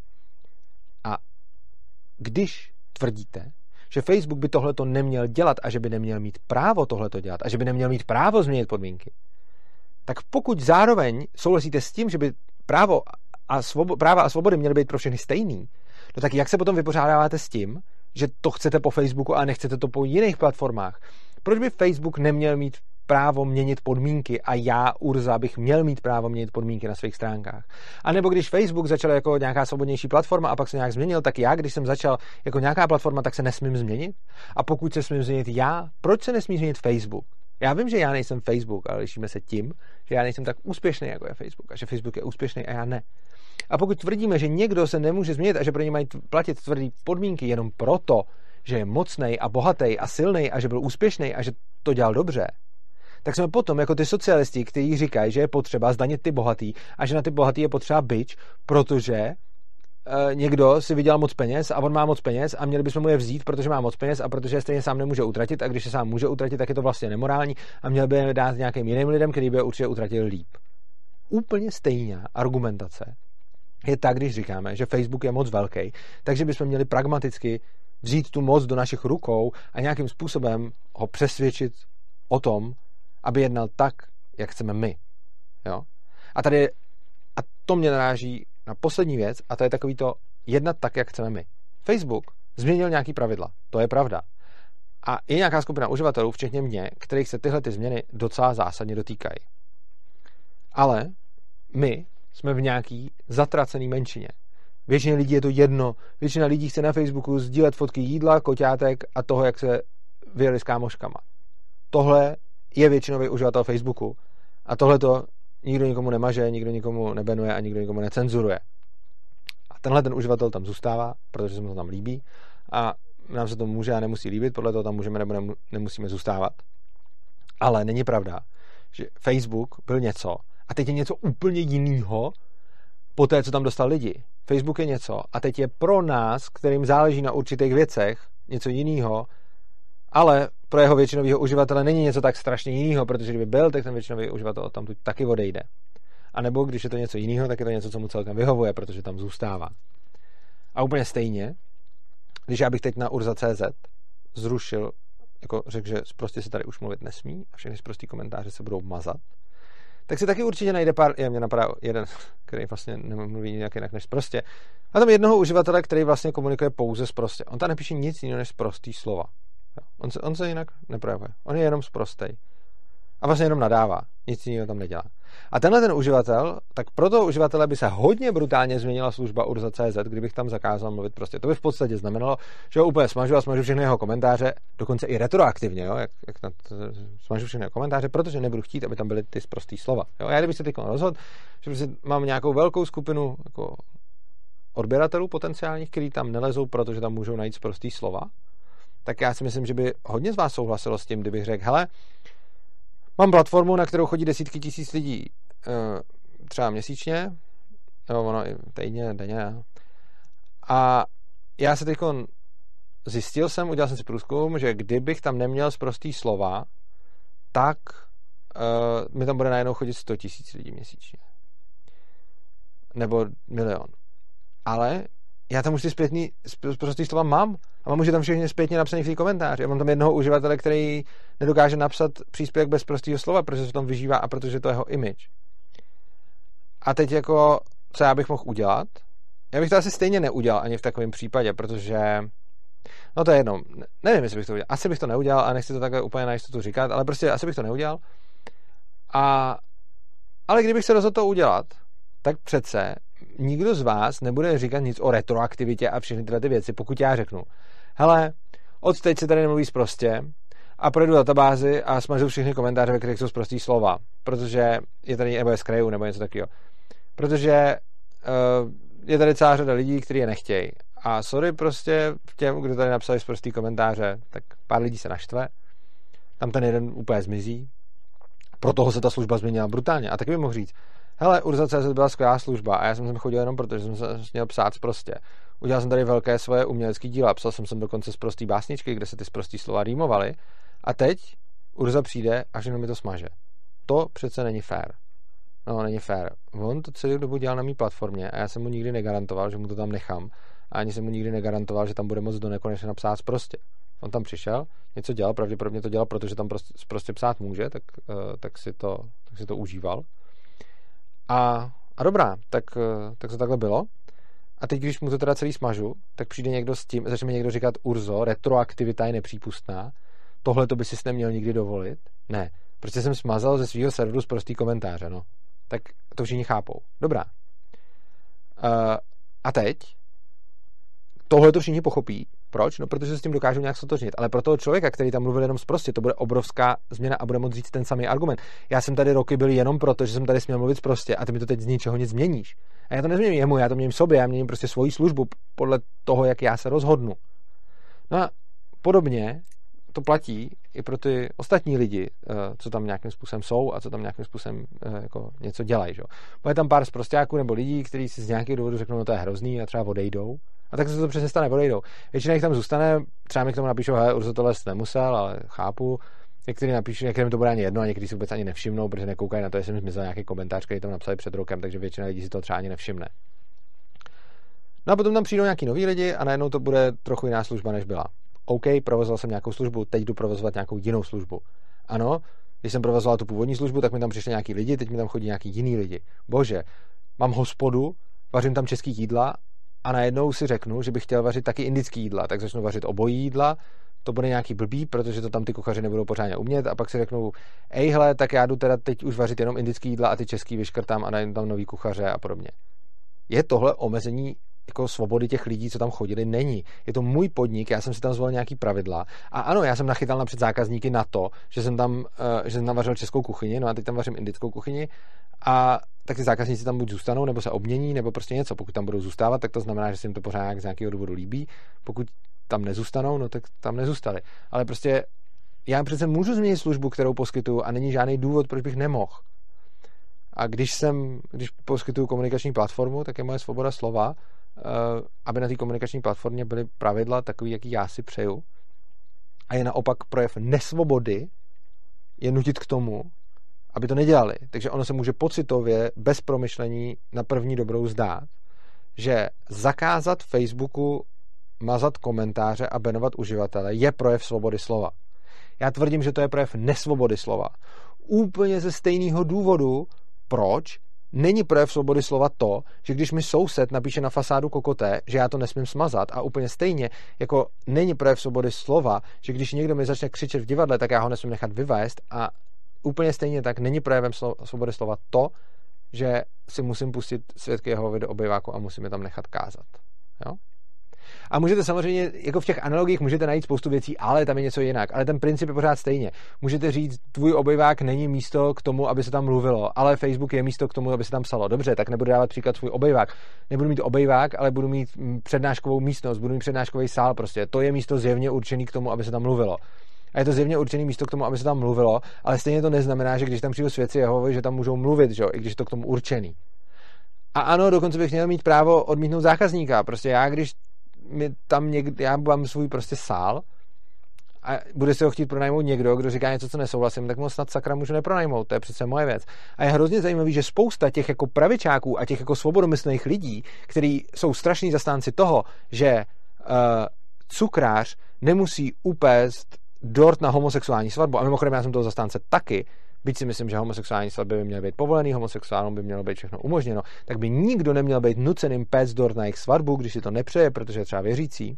A když tvrdíte, že Facebook by tohleto neměl dělat a že by neměl mít právo tohleto dělat a že by neměl mít právo změnit podmínky, tak pokud zároveň souhlasíte s tím, že by právo a svobo, práva a svobody měly být pro všechny stejný, no tak jak se potom vypořádáváte s tím, že to chcete po Facebooku a nechcete to po jiných platformách? Proč by Facebook neměl mít právo měnit podmínky a já, Urza, bych měl mít právo měnit podmínky na svých stránkách? A nebo když Facebook začal jako nějaká svobodnější platforma a pak se nějak změnil, tak já, když jsem začal jako nějaká platforma, tak se nesmím změnit? A pokud se smím změnit já, proč se nesmí změnit Facebook? Já vím, že já nejsem Facebook, ale lišíme se tím, že já nejsem tak úspěšný, jako je Facebook, a že Facebook je úspěšný a já ne. A pokud tvrdíme, že někdo se nemůže změnit a že pro ně mají platit tvrdý podmínky jenom proto, že je mocnej a bohatý a silný a že byl úspěšný a že to dělal dobře, tak jsme potom jako ty socialisti, kteří říkají, že je potřeba zdanit ty bohatý a že na ty bohatý je potřeba bič, protože e, někdo si vydělal moc peněz a on má moc peněz a měli bychom mu je vzít, protože má moc peněz a protože je stejně sám nemůže utratit a když se sám může utratit, tak je to vlastně nemorální a měl by je dát nějakým jiným lidem, který by je určitě utratil líp. Úplně stejná argumentace je tak, když říkáme, že Facebook je moc velký, takže bychom měli pragmaticky vzít tu moc do našich rukou a nějakým způsobem ho přesvědčit o tom, aby jednal tak, jak chceme my. Jo? A tady a to mě naráží na poslední věc a to je takový to jednat tak, jak chceme my. Facebook změnil nějaký pravidla, to je pravda. A je nějaká skupina uživatelů, včetně mě, kterých se tyhle ty změny docela zásadně dotýkají. Ale my jsme v nějaký zatracený menšině. Většině lidí je to jedno. Většina lidí chce na Facebooku sdílet fotky jídla, koťátek a toho, jak se vyjeli s kámoškama. Tohle je většinový uživatel Facebooku. A tohle to nikdo nikomu nemaže, nikdo nikomu nebenuje a nikdo nikomu necenzuruje. A tenhle ten uživatel tam zůstává, protože se mu to tam líbí a nám se to může a nemusí líbit, podle toho tam můžeme nebo nemusíme zůstávat. Ale není pravda, že Facebook byl něco a teď je něco úplně jinýho po té, co tam dostal lidi. Facebook je něco a teď je pro nás, kterým záleží na určitých věcech, něco jinýho, ale pro jeho většinového uživatele není něco tak strašně jinýho, protože kdyby byl, tak ten většinový uživatel tam tu taky odejde. A nebo když je to něco jiného, tak je to něco, co mu celkem vyhovuje, protože tam zůstává. A úplně stejně, když já bych teď na urza tečka cé zet zrušil, jako řekl, že prostě se tady už mluvit nesmí a všechny prostý komentáře se budou mazat, tak si taky určitě najde pár, je, mě napadá jeden, který vlastně nemluví nějak jinak než sprostě, a tam jednoho uživatele, který vlastně komunikuje pouze sprostě. On tam nepíše nic jiného než sprostý slova. On se, on se jinak neprojevuje. On je jenom sprostej. A vlastně jenom nadává. Nic jiného tam nedělá. A tenhle ten uživatel, tak pro toho uživatele by se hodně brutálně změnila služba urza tečka cé zet, kdybych tam zakázal mluvit prostě. To by v podstatě znamenalo, že ho úplně smažu a smažu všechny jeho komentáře, dokonce i retroaktivně, jo, jak, jak na to, smažu všechny jeho komentáře, protože nebudu chtít, aby tam byly ty sprostý slova. Jo. Já kdybych se teď rozhodl, že prostě mám nějakou velkou skupinu jako odběratelů potenciálních, kteří tam nelezou, protože tam můžou najít sprostý slova, tak já si myslím, že by hodně z vás souhlasilo s tím, kdybych řekl, hele, mám platformu, na kterou chodí desítky tisíc lidí třeba měsíčně, nebo ono i týdně, denně. A já se teď zjistil jsem, udělal jsem si průzkum, že kdybych tam neměl sprostý slova, tak uh, mi tam bude najednou chodit sto tisíc lidí měsíčně. Nebo milion. Ale já tam už ty zpětný, prostý slova mám a mám už je tam všechny zpětně napsaný v té komentáři. Já mám tam jednoho uživatele, který nedokáže napsat příspěvek bez prostého slova, protože se tam vyžívá a protože to je jeho image. A teď jako, co já bych mohl udělat? Já bych to asi stejně neudělal ani v takovém případě, protože no to je jedno. Nevím, jestli bych to udělal. Asi bych to neudělal a nechci to takhle úplně na jistotu říkat, ale prostě asi bych to neudělal. A ale kdybych se rozhodl to udělat, tak přece nikdo z vás nebude říkat nic o retroaktivitě a všechny tyhle ty věci, pokud já řeknu, hele, od teď se tady nemluví sprostě a projdu databázi a smažu všechny komentáře, ve kterých jsou sprostý slova, protože je tady, nebo je z krajů, nebo něco takového. Protože uh, je tady celá řada lidí, kteří je nechtějí. A sorry prostě těm, kdo tady napsali sprostý komentáře, tak pár lidí se naštve, tam ten jeden úplně zmizí, pro toho se ta služba změnila brutálně. A taky bych mohl říct, hele, urza tečka cé zet byla skvělá služba a já jsem sem chodil jenom proto, že jsem se měl psát sprostě. Udělal jsem tady velké svoje umělecké díla, psal jsem sem dokonce sprostý básničky, kde se ty sprostý slova rýmovaly a teď Urza přijde a všechno mi to smaže. To přece není fér. No, není fér. On to celou dobu dělal na mý platformě a já jsem mu nikdy negarantoval, že mu to tam nechám a ani jsem mu nikdy negarantoval, že tam bude moc do nekonečna napsat sprostě. On tam přišel, něco dělal, pravděpodobně to dělal, protože tam prostě, prostě psát může, tak, uh, tak, si to, tak si to užíval. A, a dobrá, tak, tak to takhle bylo. A teď, když mu to teda celý smažu, tak přijde někdo s tím, začne mi někdo říkat, Urzo, retroaktivita je nepřípustná, tohle to by si neměl nikdy dovolit. Ne, protože jsem smazal ze svého serveru z prostý komentáře, no. Tak to všichni chápou. Dobrá. Uh, a teď tohle to všichni pochopí. Proč? No, protože se s tím dokážou nějak stotožnit. Ale pro toho člověka, který tam mluvil jenom sprostě, to bude obrovská změna a bude moct říct ten samý argument. Já jsem tady roky byl jenom proto, že jsem tady směl mluvit sprostě a ty mi to teď z ničeho nic změníš. A já to nezměním jemu, já to měním sobě, já měním prostě svoji službu podle toho, jak já se rozhodnu. No a podobně to platí i pro ty ostatní lidi, co tam nějakým způsobem jsou a co tam nějakým způsobem jako něco dělají. Že? Bude tam pár sprostáků nebo lidí, kteří si z nějakých důvodů řeknou, no to je hrozný a třeba odejdou. A tak se to přesně stane, odejdou. Většina jich tam zůstane, třeba mi k tomu napíšou, hele, Urzo, tohle jsi nemusel, ale chápu. Někteří napíšou, některým to bude ani jedno a někteří si vůbec ani nevšimnou, protože nekoukají na to, jestli mi zmizel nějaký komentář, který tam napsali před rokem, takže většina lidí si to třeba ani nevšimne. No a potom tam přijdou nějaký noví lidi a najednou to bude trochu jiná služba, než byla. OK, provozoval jsem nějakou službu, teď jdu provozovat nějakou jinou službu. Ano, když jsem provozoval tu původní službu, tak mi tam přišli nějaký lidi, teď mi tam chodí nějaký jiný lidi. Bože, mám hospodu, vařím tam český jídla a najednou si řeknu, že bych chtěl vařit taky indický jídla, tak začnu vařit obojí jídla, to bude nějaký blbý, protože to tam ty kuchaři nebudou pořádně umět a pak si řeknou, ej hele, tak já jdu teda teď už vařit jenom indický jídla a ty český vyškrtám a najdu tam nový kuchaře a podobně. Je tohle omezení jako svobody těch lidí, co tam chodili? Není. Je to můj podnik, já jsem si tam zvolil nějaký pravidla a ano, já jsem nachytal napřed zákazníky na to, že jsem tam, uh, že jsem tam vařil českou kuchyni, no a teď tam vařím indickou kuchyni a tak ty zákazníci tam buď zůstanou, nebo se obmění, nebo prostě něco. Pokud tam budou zůstávat, tak to znamená, že se jim to pořád z nějakého důvodu líbí. Pokud tam nezůstanou, no tak tam nezůstali. Ale prostě já přece můžu změnit službu, kterou poskytuju a není žádný důvod, proč bych nemohl. A když jsem, když poskytuju komunikační platformu, tak je moje svoboda slova, aby na té komunikační platformě byly pravidla takový, jaký já si přeju. A je naopak projev nesvobody je nutit k tomu, aby to nedělali. Takže ono se může pocitově, bez promyšlení na první dobrou zdát, že zakázat Facebooku mazat komentáře a banovat uživatele je projev svobody slova. Já tvrdím, že to je projev nesvobody slova. Úplně ze stejného důvodu, proč není projev svobody slova to, že když mi soused napíše na fasádu kokoté, že já to nesmím smazat, a úplně stejně jako není projev svobody slova, že když někdo mi začne křičet v divadle, tak já ho nesmím nechat vyvést, a úplně stejně tak není projevem svobody slova to, že si musím pustit svědky Jehovovi do obýváku a musím je tam nechat kázat. Jo? A můžete samozřejmě, jako v těch analogiích, můžete najít spoustu věcí, ale tam je něco jinak. Ale ten princip je pořád stejně. Můžete říct, tvůj obývák není místo k tomu, aby se tam mluvilo, ale Facebook je místo k tomu, aby se tam psalo. Dobře, tak nebudu dávat příklad svůj obývák. Nebudu mít obývák, ale budu mít přednáškovou místnost, budu mít přednáškový sál prostě. To je místo zjevně určený k tomu, aby se tam mluvilo. A je to zjevně určený místo k tomu, aby se tam mluvilo, ale stejně to neznamená, že když tam přijdu svědci Jehovovi, že tam můžou mluvit, že jo, i když je to k tomu určený. A ano, dokonce bych měl mít právo odmítnout zákazníka. Prostě já, když mi tam někde, já mám svůj prostě sál a bude si ho chtít pronajmout někdo, kdo říká něco, co nesouhlasím, tak mu snad sakra můžu nepronajmout, to je přece moje věc. A je hrozně zajímavý, že spousta těch jako pravičáků a těch jako svobodomyslných lidí, kteří jsou strašní zastánci toho, že uh, cukrář nemusí upést dort na homosexuální svatbu, a mimochodem já jsem toho zastánce taky, byť si myslím, že homosexuální svatby by měly být povolený, homosexuálům by mělo být všechno umožněno, tak by nikdo neměl být nuceným péct dort na jejich svatbu, když si to nepřeje, protože je třeba věřící.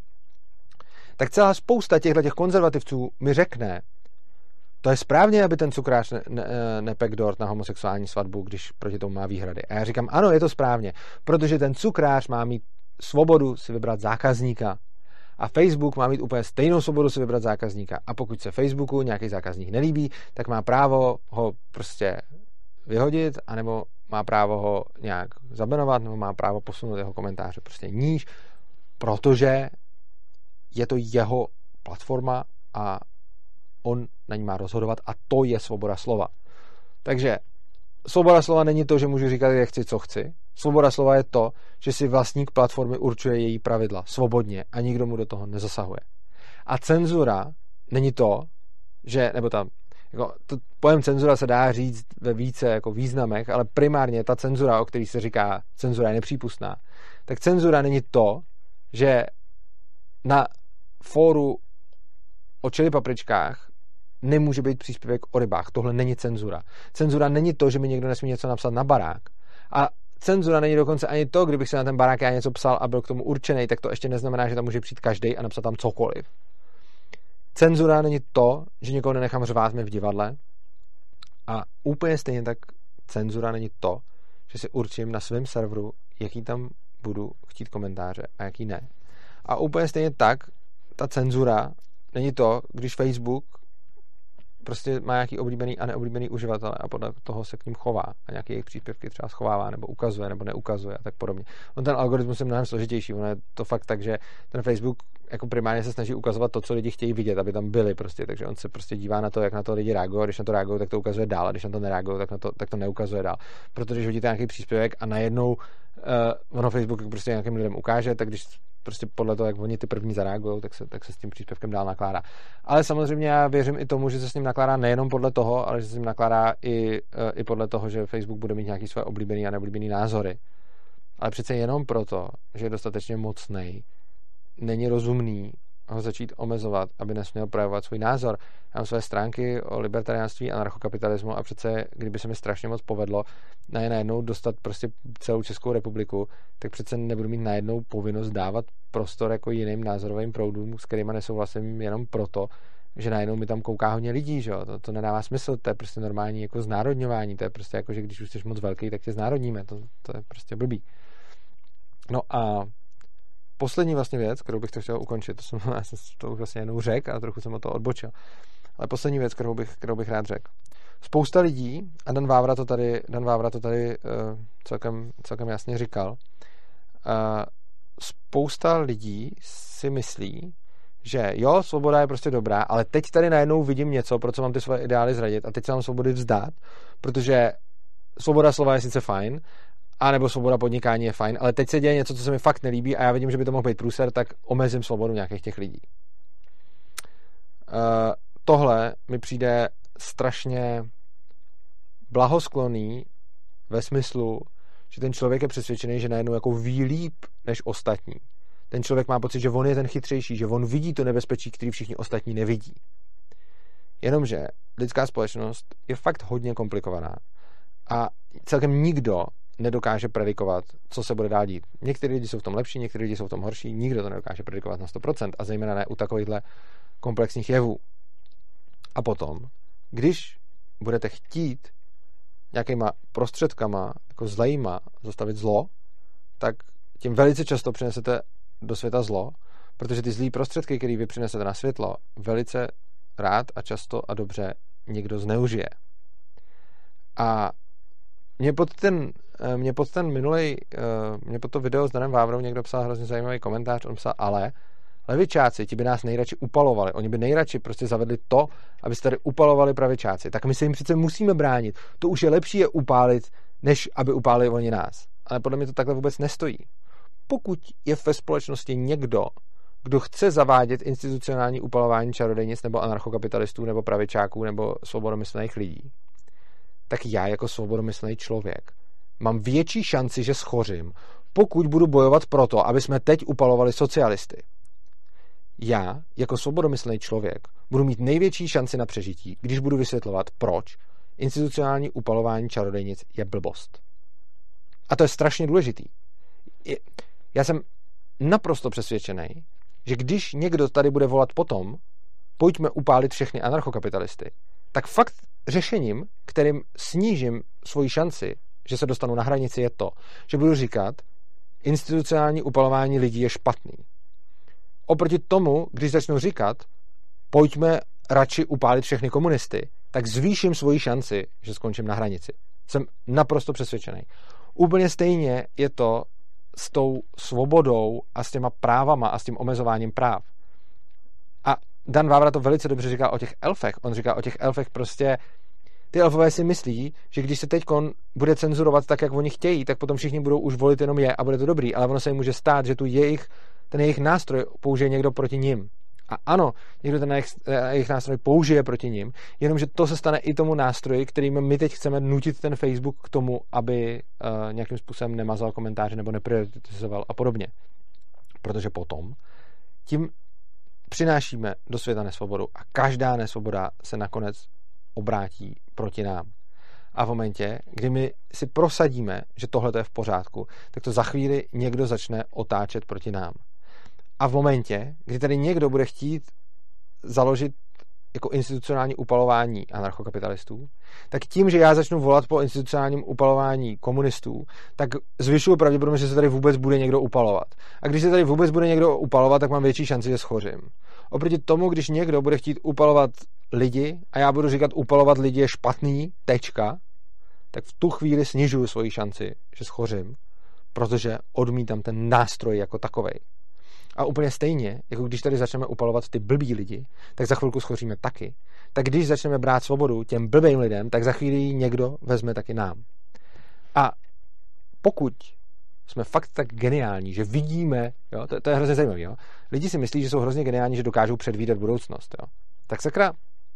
Tak celá spousta těchto těch konzervativců mi řekne, to je správně, aby ten cukrář ne, ne, nepek dort na homosexuální svatbu, když proti tomu má výhrady. A já říkám, ano, je to správně, protože ten cukrář má mít svobodu si vybrat zákazníka. A Facebook má mít úplně stejnou svobodu si vybrat zákazníka. A pokud se Facebooku nějaký zákazník nelíbí, tak má právo ho prostě vyhodit, anebo má právo ho nějak zabanovat, nebo má právo posunout jeho komentáře prostě níž, protože je to jeho platforma a on na ní má rozhodovat, a to je svoboda slova. Takže svoboda slova není to, že můžu říkat, jak chci, co chci. Svoboda slova je to, že si vlastník platformy určuje její pravidla svobodně a nikdo mu do toho nezasahuje. A cenzura není to, že, nebo tam, jako, to, pojem cenzura se dá říct ve více jako významech, ale primárně ta cenzura, o který se říká, cenzura je nepřípustná, tak cenzura není to, že na fóru o chili papričkách nemůže být příspěvek o rybách. Tohle není cenzura. Cenzura není to, že mi někdo nesmí něco napsat na barák. A cenzura není dokonce ani to, kdybych se na ten barák já něco psal a byl k tomu určený, tak to ještě neznamená, že tam může přijít každej a napsat tam cokoliv. Cenzura není to, že někoho nenechám řvát mi v divadle, a úplně stejně tak cenzura není to, že si určím na svém serveru, jaký tam budu chtít komentáře a jaký ne. A úplně stejně tak ta cenzura není to, když Facebook prostě má nějaký oblíbený a neoblíbený uživatele a podle toho se k ním chová a nějaké jejich příspěvky třeba schovává nebo ukazuje nebo neukazuje a tak podobně. On ten algoritmus je mnohem složitější, ono je to fakt tak, že ten Facebook jako primárně se snaží ukazovat to, co lidi chtějí vidět, aby tam byli prostě, takže on se prostě dívá na to, jak na to lidi reagují, a když na to reagují, tak to ukazuje dál, a když na to nereagují, tak, na to, tak to neukazuje dál. Protože když hodíte nějaký příspěvek a najednou uh, ono Facebook prostě nějakým lidem ukáže, tak když prostě podle toho, jak oni ty první zareagují, tak se, tak se s tím příspěvkem dál nakládá. Ale samozřejmě já věřím i tomu, že se s ním nakládá nejenom podle toho, ale že se s ním nakládá i, i podle toho, že Facebook bude mít nějaký své oblíbený a neoblíbený názory. Ale přece jenom proto, že je dostatečně mocnej, není rozumný ho začít omezovat, aby nesměl projevovat svůj názor. Já mám své stránky o libertariánství a anarchokapitalismu a přece, kdyby se mi strašně moc povedlo na je najednou dostat prostě celou Českou republiku, tak přece nebudu mít najednou povinnost dávat prostor jako jiným názorovým proudům, s kterýma nesouhlasím jenom proto, že najednou mi tam kouká hodně lidí, že jo? To, to nedává smysl, to je prostě normální jako znárodňování, to je prostě jako, že když už jsi moc velký, tak tě znárodníme, to, to je prostě blbý. No a poslední vlastně věc, kterou bych to chtěl ukončit, to jsem, já jsem to už vlastně jenom řekl a trochu jsem o to odbočil, ale poslední věc, kterou bych, kterou bych rád řekl. Spousta lidí, a Dan Vávra to tady, Dan Vávra to tady uh, celkem, celkem jasně říkal, uh, spousta lidí si myslí, že jo, svoboda je prostě dobrá, ale teď tady najednou vidím něco, pro co mám ty své ideály zradit, a teď se mám svobody vzdát, protože svoboda slova je sice fajn, a nebo svoboda podnikání je fajn, ale teď se děje něco, co se mi fakt nelíbí a já vidím, že by to mohl být průser, tak omezím svobodu nějakých těch lidí. Uh, tohle mi přijde strašně blahoskloný ve smyslu, že ten člověk je přesvědčený, že najednou jako ví líp než ostatní. Ten člověk má pocit, že on je ten chytřejší, že on vidí to nebezpečí, který všichni ostatní nevidí. Jenomže lidská společnost je fakt hodně komplikovaná a celkem nikdo nedokáže predikovat, co se bude dál dít. Někteří lidi jsou v tom lepší, někteří lidi jsou v tom horší, nikdo to nedokáže predikovat na sto procent a zejména ne u takovýchhle komplexních jevů. A potom, když budete chtít nějakýma prostředkama, jako zlejma, zastavit zlo, tak tím velice často přinesete do světa zlo, protože ty zlý prostředky, které vy přinesete na světlo, velice rád a často a dobře někdo zneužije. A mě pod ten, mě pod ten minulej, mě pod to video s Danem Vávrou někdo psal hrozně zajímavý komentář, on psal, ale levičáci, ti by nás nejradši upalovali, oni by nejradši prostě zavedli to, aby se tady upalovali pravičáci, tak my se jim přece musíme bránit. To už je lepší je upálit, než aby upálili oni nás. Ale podle mě to takhle vůbec nestojí. Pokud je ve společnosti někdo, kdo chce zavádět institucionální upalování čarodejnic nebo anarchokapitalistů nebo pravičáků nebo svobodomyslných lidí, tak já jako svobodomyslný člověk mám větší šanci, že schořím, pokud budu bojovat proto, aby jsme teď upalovali socialisty. Já jako svobodomyslný člověk budu mít největší šanci na přežití, když budu vysvětlovat, proč institucionální upalování čarodejnic je blbost. A to je strašně důležitý. Já jsem naprosto přesvědčený, že když někdo tady bude volat potom, pojďme upálit všechny anarchokapitalisty, tak fakt řešením, kterým snížím svoji šanci, že se dostanu na hranici, je to, že budu říkat, institucionální upalování lidí je špatný. Oproti tomu, když začnu říkat, pojďme radši upálit všechny komunisty, tak zvýším svoji šanci, že skončím na hranici. Jsem naprosto přesvědčený. Úplně stejně je to s tou svobodou a s těma právama a s tím omezováním práv. A Dan Vávra to velice dobře říká o těch elfech. On říká o těch elfech prostě, ty elfové si myslí, že když se teďkon bude cenzurovat tak, jak oni chtějí, tak potom všichni budou už volit jenom je a bude to dobrý, ale ono se jim může stát, že tu jejich, ten jejich nástroj použije někdo proti nim. A ano, někdo ten jejich, jejich nástroj použije proti nim, jenomže to se stane i tomu nástroji, kterým my teď chceme nutit ten Facebook k tomu, aby uh, nějakým způsobem nemazal komentáře nebo neprioritizoval a podobně. Protože potom tím přinášíme do světa nesvobodu a každá nesvoboda se nakonec obrátí proti nám. A v momentě, kdy my si prosadíme, že tohle je v pořádku, tak to za chvíli někdo začne otáčet proti nám. A v momentě, kdy tady někdo bude chtít založit jako institucionální upalování anarchokapitalistů, tak tím, že já začnu volat po institucionálním upalování komunistů, tak zvyšuju pravděpodobnost, že se tady vůbec bude někdo upalovat. A když se tady vůbec bude někdo upalovat, tak mám větší šanci, že schořím. Oproti tomu, když někdo bude chtít upalovat lidi a já budu říkat, upalovat lidi je špatný, tečka, tak v tu chvíli snižuju svoji šanci, že schořím, protože odmítám ten nástroj jako takovej. A úplně stejně, jako když tady začneme upalovat ty blbý lidi, tak za chvilku schoříme taky. Tak když začneme brát svobodu těm blbým lidem, tak za chvíli někdo vezme taky nám. A pokud jsme fakt tak geniální, že vidíme, jo, to, to je hrozně zajímavé, jo. Lidi si myslí, že jsou hrozně geniální, že dokážou předvídat budoucnost, jo. Tak sakra,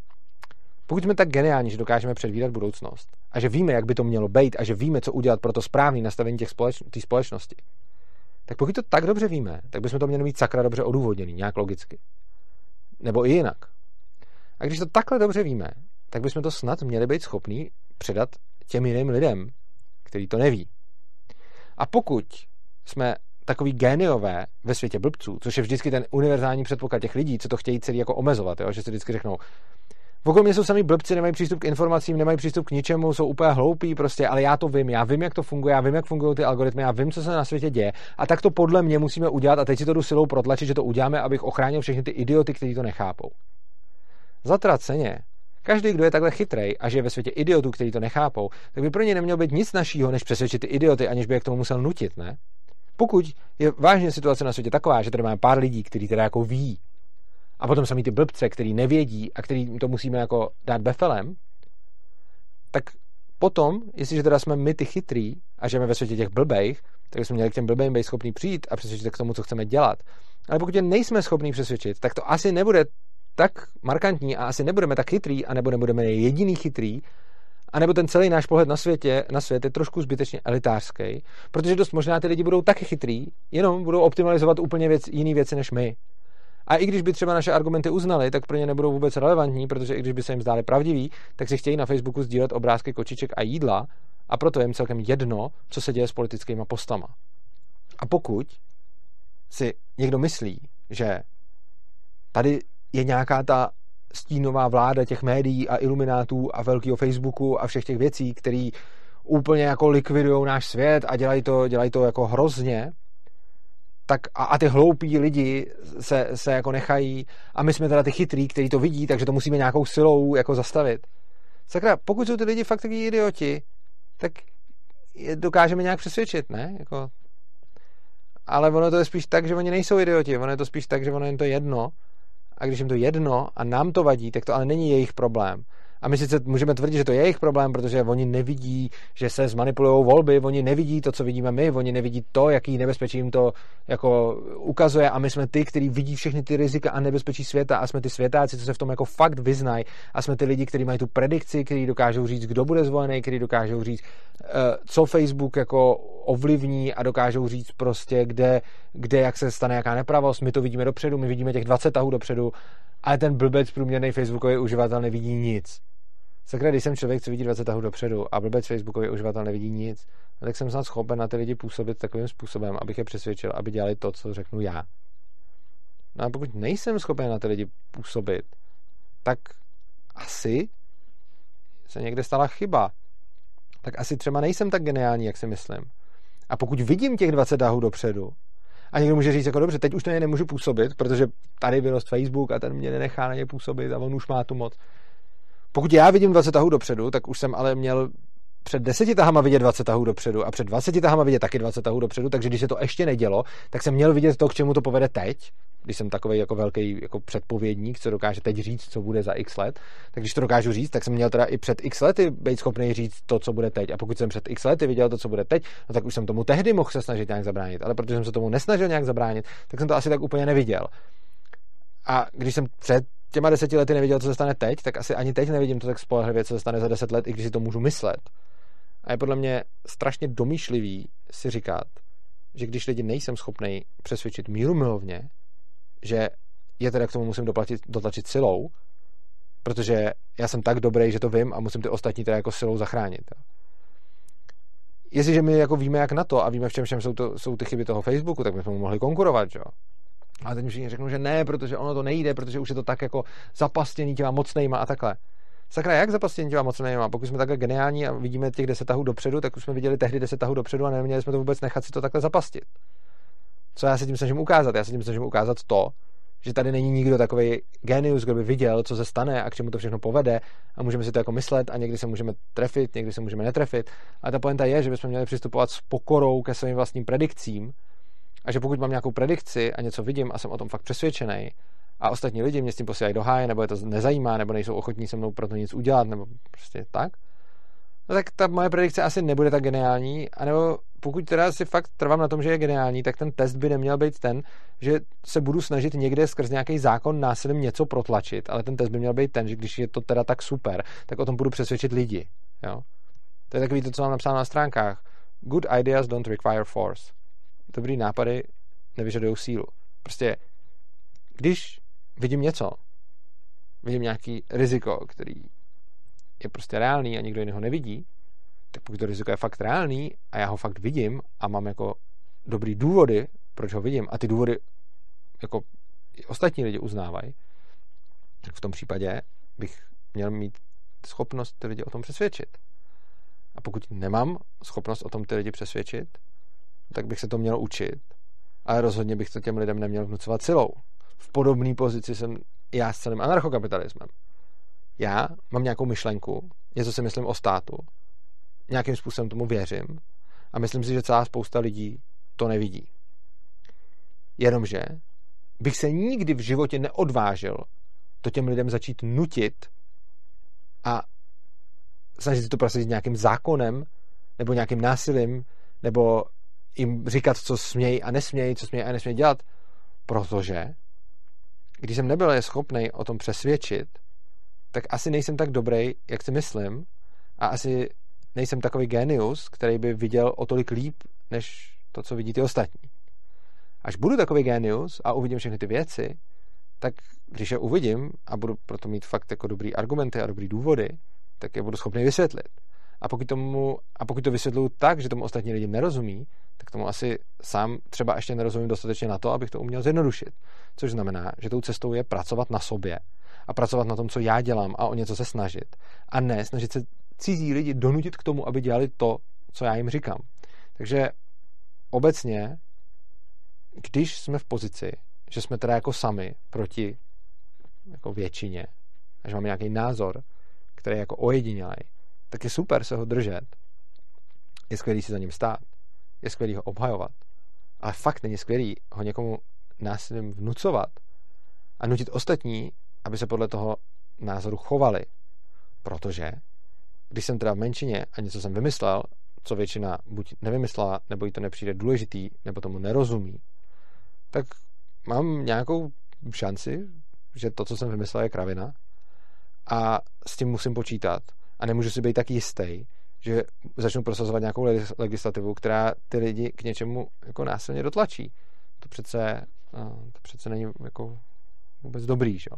pokud jsme tak geniální, že dokážeme předvídat budoucnost a že víme, jak by to mělo být a že víme, co udělat pro to správné nastavení těch společ- té společnosti, tak pokud to tak dobře víme, tak bychom to měli mít sakra dobře odůvodněný, nějak logicky. Nebo i jinak. A když to takhle dobře víme, tak bychom to snad měli být schopní předat těm jiným lidem, kteří to neví. A pokud jsme takový géniové ve světě blbců, což je vždycky ten univerzální předpoklad těch lidí, co to chtějí celý jako omezovat, jo? Že si vždycky řeknou, okolo mě jsou sami blbci, nemají přístup k informacím, nemají přístup k ničemu, jsou úplně hloupí prostě, ale já to vím, já vím, jak to funguje, já vím, jak fungují ty algoritmy, já vím, co se na světě děje a tak to podle mě musíme udělat a teď si to jdu silou protlačit, že to uděláme, abych ochránil všechny ty idioty, kteří to nechápou. Zatraceně. Každý, kdo je takhle chytrej a že je ve světě idiotů, kteří to nechápou, tak by pro ně nemělo být nic našího, než přesvědčit ty idioty, aniž by je k tomu musel nutit, ne? Pokud je vážně situace na světě taková, že tady máme pár lidí, kteří teda jako ví, a potom sami ty blbce, který nevědí a který to musíme jako dát befelem, tak potom, jestliže teda jsme my ty chytrý a žijeme ve světě těch blbejch, tak bychom měli k těm blbejm být schopní přijít a přesvědčit k tomu, co chceme dělat. Ale pokud je nejsme schopní přesvědčit, tak to asi nebude tak markantní a asi nebudeme tak chytrý a nebo nebudeme jediný chytrý, a nebo ten celý náš pohled na, světě, na svět je trošku zbytečně elitářský, protože dost možná ty lidi budou taky chytrý, jenom budou optimalizovat úplně věc, jiný věci než my. A i když by třeba naše argumenty uznali, tak pro ně nebudou vůbec relevantní, protože i když by se jim zdály pravdivý, tak si chtějí na Facebooku sdílet obrázky kočiček a jídla a proto je jim celkem jedno, co se děje s politickými postama. A pokud si někdo myslí, že tady je nějaká ta stínová vláda těch médií a iluminátů a velkého Facebooku a všech těch věcí, který úplně jako likvidují náš svět a dělají to, dělají to jako hrozně, tak a, a ty hloupí lidi se, se jako nechají a my jsme teda ty chytrý, kteří to vidí, takže to musíme nějakou silou jako zastavit. Sakra, pokud jsou ty lidi fakt takový idioti, tak je dokážeme nějak přesvědčit, ne? Jako, ale ono to je spíš tak, že oni nejsou idioti, ono je to spíš tak, že ono je to jedno a když jim to jedno a nám to vadí, tak to ale není jejich problém. A my sice můžeme tvrdit, že to je jejich problém, protože oni nevidí, že se zmanipulují volby, oni nevidí to, co vidíme my, oni nevidí to, jaký nebezpečí jim to jako ukazuje a my jsme ty, kteří vidí všechny ty rizika a nebezpečí světa a jsme ty světáci, co se v tom jako fakt vyznají a jsme ty lidi, kteří mají tu predikci, kteří dokážou říct, kdo bude zvolený, kteří dokážou říct, co Facebook jako ovlivní a dokážou říct prostě, kde, kde jak se stane jaká nepravost. My to vidíme dopředu, my vidíme těch dvacet tahů dopředu, ale ten blbec průměrný Facebookový uživatel nevidí nic. Sakra, když jsem člověk, co vidí dvacet tahů dopředu a blbec Facebookový uživatel nevidí nic, tak jsem snad schopen na ty lidi působit takovým způsobem, abych je přesvědčil, aby dělali to, co řeknu já. No a pokud nejsem schopen na ty lidi působit, tak asi se někde stala chyba. Tak asi třeba nejsem tak geniální, jak si myslím. A pokud vidím těch dvacet tahů dopředu, a někdo může říct, jako dobře, teď už to nemůžu působit, protože tady vyrost Facebook a ten mě nenechá na ně působit a on už má tu moc. Pokud já vidím dvacet tahů dopředu, tak už jsem ale měl před deseti tahama vidět dvacet tahů dopředu a před dvaceti tahama vidět taky dvacet tahů dopředu, takže když se to ještě nedělo, tak jsem měl vidět to, k čemu to povede teď, když jsem takovej jako velký jako předpovědník, co dokáže teď říct, co bude za x let, tak když to dokážu říct, tak jsem měl teda i před x lety být schopný říct to, co bude teď. A pokud jsem před x lety viděl to, co bude teď, no tak už jsem tomu tehdy mohl se snažit nějak zabránit, ale protože jsem se tomu nesnažil nějak zabránit, tak jsem to asi tak úplně neviděl. A když jsem před těma deseti lety neviděl, co se stane teď, tak asi ani teď nevidím to tak spolehlivě, co se stane za deset let, i když si to můžu myslet. A je podle mě strašně domýšlivý si říkat, že když lidi nejsem schopný přesvědčit mírumilovně, že je teda k tomu musím doplatit, dotlačit silou, protože já jsem tak dobrý, že to vím a musím ty ostatní teda jako silou zachránit. Jestliže my jako víme, jak na to a víme, v čem všem jsou, to, jsou ty chyby toho Facebooku, tak bychom mu mohli konkurovat, jo. A teď všichni řeknou, že ne, protože ono to nejde, protože už je to tak jako zapastěný těma mocnejma a takhle. Sakra, jak zapastěný těma mocnejma? Pokud jsme takhle geniální a vidíme těch deset tahů dopředu, tak už jsme viděli tehdy deset tahů dopředu a neměli jsme to vůbec nechat si to takhle zapastit. Co já se tím snažím ukázat? Já se tím snažím ukázat to, že tady není nikdo takový genius, kdo by viděl, co se stane a k čemu to všechno povede a můžeme si to jako myslet a někdy se můžeme trefit, někdy se můžeme netrefit. A ta pointa je, že bychom měli přistupovat s pokorou ke svým vlastním predikcím a že pokud mám nějakou predikci a něco vidím a jsem o tom fakt přesvědčený a ostatní lidi mě s tím posílají do háje, nebo je to nezajímá, nebo nejsou ochotní se mnou pro to nic udělat, nebo prostě tak, no tak ta moje predikce asi nebude tak geniální, anebo pokud teda si fakt trvám na tom, že je geniální, tak ten test by neměl být ten, že se budu snažit někde skrz nějaký zákon násilím něco protlačit, ale ten test by měl být ten, že když je to teda tak super, tak o tom budu přesvědčit lidi. Jo? To je takový to, co mám napsáno na stránkách. Good ideas don't require force. Dobrý nápady nevyžadují sílu. Prostě, když vidím něco, vidím nějaký riziko, který je prostě reálný a nikdo jiného nevidí, tak pokud to riziko je fakt reálný a já ho fakt vidím a mám jako dobrý důvody, proč ho vidím a ty důvody jako i ostatní lidi uznávají, tak v tom případě bych měl mít schopnost ty lidi o tom přesvědčit. A pokud nemám schopnost o tom ty lidi přesvědčit, tak bych se to měl učit, ale rozhodně bych to těm lidem neměl vnucovat silou. V podobné pozici jsem já s celým anarchokapitalismem. Já mám nějakou myšlenku, něco si myslím o státu, nějakým způsobem tomu věřím a myslím si, že celá spousta lidí to nevidí. Jenomže bych se nikdy v životě neodvážil to těm lidem začít nutit a snažit si to prosadit nějakým zákonem nebo nějakým násilím nebo jim říkat, co smějí a nesmějí, co smějí a nesmějí dělat, protože když jsem nebyl schopný o tom přesvědčit, tak asi nejsem tak dobrý, jak si myslím a asi nejsem takový genius, který by viděl o tolik líp, než to, co vidí ty ostatní. Až budu takový genius a uvidím všechny ty věci, tak když je uvidím a budu proto mít fakt jako dobrý argumenty a dobrý důvody, tak je budu schopný vysvětlit. A pokud, tomu, a pokud to vysvětluju tak, že tomu ostatní lidi nerozumí, tak tomu asi sám třeba ještě nerozumím dostatečně na to, abych to uměl zjednodušit. Což znamená, že tou cestou je pracovat na sobě a pracovat na tom, co já dělám a o něco se snažit. A ne snažit se cizí lidi donutit k tomu, aby dělali to, co já jim říkám. Takže obecně, když jsme v pozici, že jsme teda jako sami proti jako většině a že máme nějaký názor, který je jako ojedinělý, tak je super se ho držet. Je skvělý si za ním stát. Je skvělý ho obhajovat. Ale fakt není skvělý ho někomu násilím vnucovat a nutit ostatní, aby se podle toho názoru chovali. Protože když jsem teda v menšině a něco jsem vymyslel, co většina buď nevymyslela, nebo jí to nepřijde důležitý, nebo tomu nerozumí, tak mám nějakou šanci, že to, co jsem vymyslel, je kravina a s tím musím počítat a nemůžu si být tak jistý, že začnu prosazovat nějakou legislativu, která ty lidi k něčemu jako násilně dotlačí. To přece, to přece není jako vůbec dobrý, že?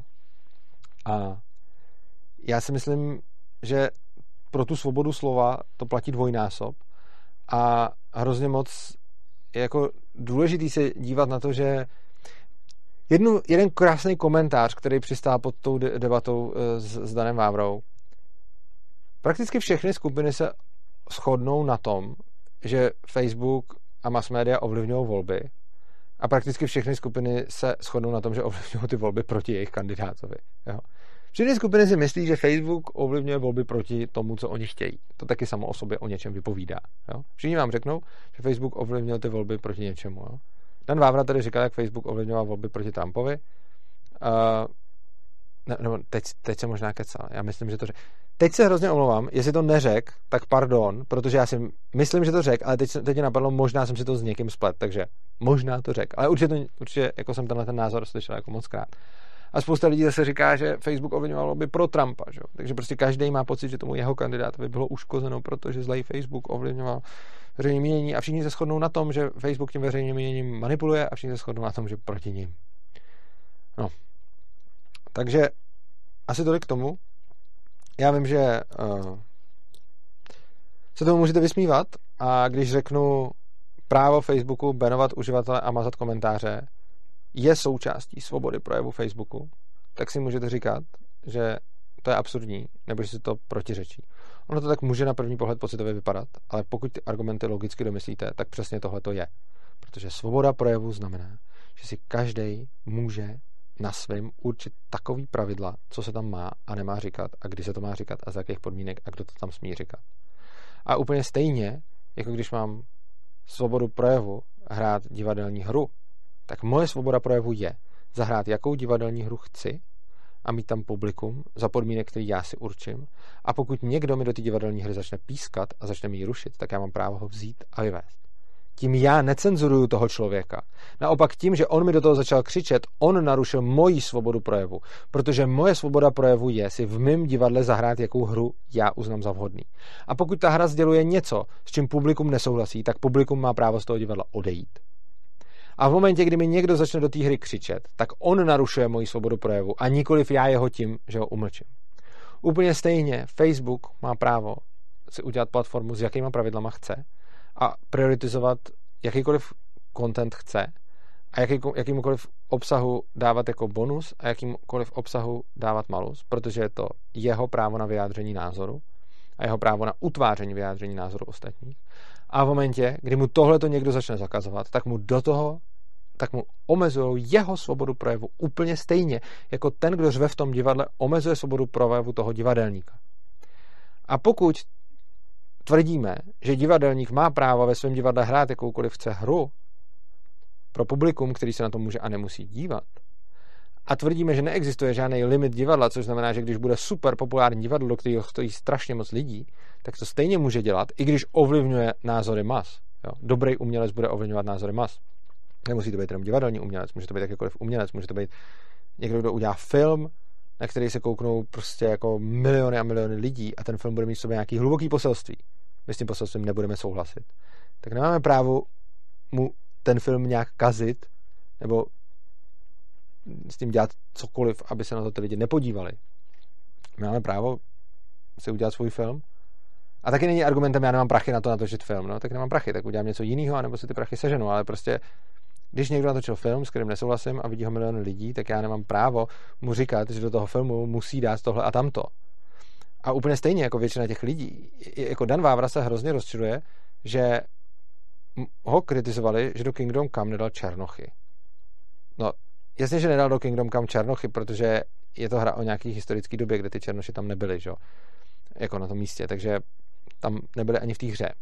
A já si myslím, že pro tu svobodu slova to platí dvojnásob a hrozně moc je jako důležitý se dívat na to, že jednu, jeden krásný komentář, který přistál pod tou debatou s, s Danem Vávrou. Prakticky všechny skupiny se shodnou na tom, že Facebook a mass media ovlivňují volby a prakticky všechny skupiny se shodnou na tom, že ovlivňují ty volby proti jejich kandidátovi. Jo. Všechny skupiny si myslí, že Facebook ovlivňuje volby proti tomu, co oni chtějí. To taky samo o sobě o něčem vypovídá. Jo. Všichni vám řeknou, že Facebook ovlivňuje ty volby proti něčemu. Jo. Dan Vávra tady říkal, jak Facebook ovlivňoval volby proti Trumpovi. Uh, ne, no, teď, teď se možná kecal. Já myslím, že to řekl. Teď se hrozně omlouvám, jestli to neřek, tak pardon, protože já si myslím, že to řek, ale teď, teď mě napadlo, možná jsem si to s někým splet, takže možná to řek. Ale určitě, to, určitě jako jsem tenhle ten názor slyšel jako moc krát. A spousta lidí zase říká, že Facebook ovlivňoval lobby pro Trumpa, že? Takže prostě každý má pocit, že tomu jeho kandidátovi bylo uškozeno, protože zlej Facebook ovlivňoval veřejné mínění a všichni se shodnou na tom, že Facebook tím veřejným míněním manipuluje a všichni se shodnou na tom, že proti ním. No. Takže asi tolik k tomu. Já vím, že uh, se tomu můžete vysmívat a když řeknu právo Facebooku banovat uživatele a mazat komentáře je součástí svobody projevu Facebooku, tak si můžete říkat, že to je absurdní, nebo že si to protiřečí. Ono to tak může na první pohled pocitově vypadat, ale pokud ty argumenty logicky domyslíte, tak přesně tohle to je. Protože svoboda projevu znamená, že si každý může na svém určit takový pravidla, co se tam má a nemá říkat a kdy se to má říkat a za jakých podmínek a kdo to tam smí říkat. A úplně stejně, jako když mám svobodu projevu hrát divadelní hru, tak moje svoboda projevu je zahrát jakou divadelní hru chci a mít tam publikum za podmínek, který já si určím. A pokud někdo mi do té divadelní hry začne pískat a začne mi ji rušit, tak já mám právo ho vzít a vyvést. Tím já necenzuruju toho člověka. Naopak tím, že on mi do toho začal křičet, on narušil moji svobodu projevu. Protože moje svoboda projevu je si v mém divadle zahrát, jakou hru já uznám za vhodný. A pokud ta hra sděluje něco, s čím publikum nesouhlasí, tak publikum má právo z toho divadla odejít. A v momentě, kdy mi někdo začne do té hry křičet, tak on narušuje moji svobodu projevu a nikoliv já jeho tím, že ho umlčím. Úplně stejně Facebook má právo si udělat platformu, s jakýma pravidlama chce a prioritizovat jakýkoliv content chce a jaký, jakýmkoliv obsahu dávat jako bonus a jakýmkoliv obsahu dávat malus, protože je to jeho právo na vyjádření názoru a jeho právo na utváření vyjádření názoru ostatních. A v momentě, kdy mu tohle to někdo začne zakazovat, tak mu do toho, tak mu omezují jeho svobodu projevu úplně stejně, jako ten, kdo řve v tom divadle, omezuje svobodu projevu toho divadelníka. A pokud tvrdíme, že divadelník má právo ve svém divadle hrát jakoukoliv chce hru pro publikum, který se na to může a nemusí dívat, a tvrdíme, že neexistuje žádný limit divadla, což znamená, že když bude super populární divadlo, do kterého stojí strašně moc lidí, tak to stejně může dělat, i když ovlivňuje názory mas. Jo? Dobrý umělec bude ovlivňovat názory mas. Nemusí to být jenom divadelní umělec, může to být jakýkoliv umělec, může to být někdo, kdo udělá film, na který se kouknou prostě jako miliony a miliony lidí a ten film bude mít v sobě nějaký hluboký poselství. My s tím poselstvím nebudeme souhlasit. Tak nemáme právo mu ten film nějak kazit nebo s tím dělat cokoliv, aby se na to ty lidi nepodívali. My máme právo si udělat svůj film. A taky není argumentem, já nemám prachy na to natočit film, no, tak nemám prachy, tak udělám něco jiného, anebo si ty prachy seženu, ale prostě, když někdo natočil film, s kterým nesouhlasím a vidí ho miliony lidí, tak já nemám právo mu říkat, že do toho filmu musí dát tohle a tamto. A úplně stejně jako většina těch lidí, jako Dan Vávra se hrozně rozčiluje, že ho kritizovali, že do Kingdom Come nedal Černochy. No, jasně, že nedal do Kingdom Come Černochy, protože je to hra o nějaký historický době, kde ty Černoši tam nebyly, že jo, jako na tom místě, takže tam nebyly ani v té hře.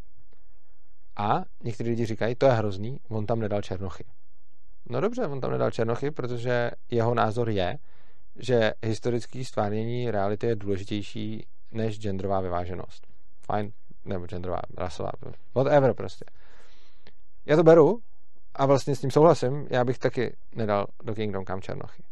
A někteří lidi říkají, to je hrozný, on tam nedal Černochy. No dobře, on tam nedal Černochy, protože jeho názor je, že historické stvárnění reality je důležitější než genderová vyváženost. Fajn, nebo genderová, rasová, whatever prostě. Já to beru a vlastně s tím souhlasím, já bych taky nedal do Kingdom Come Černochy.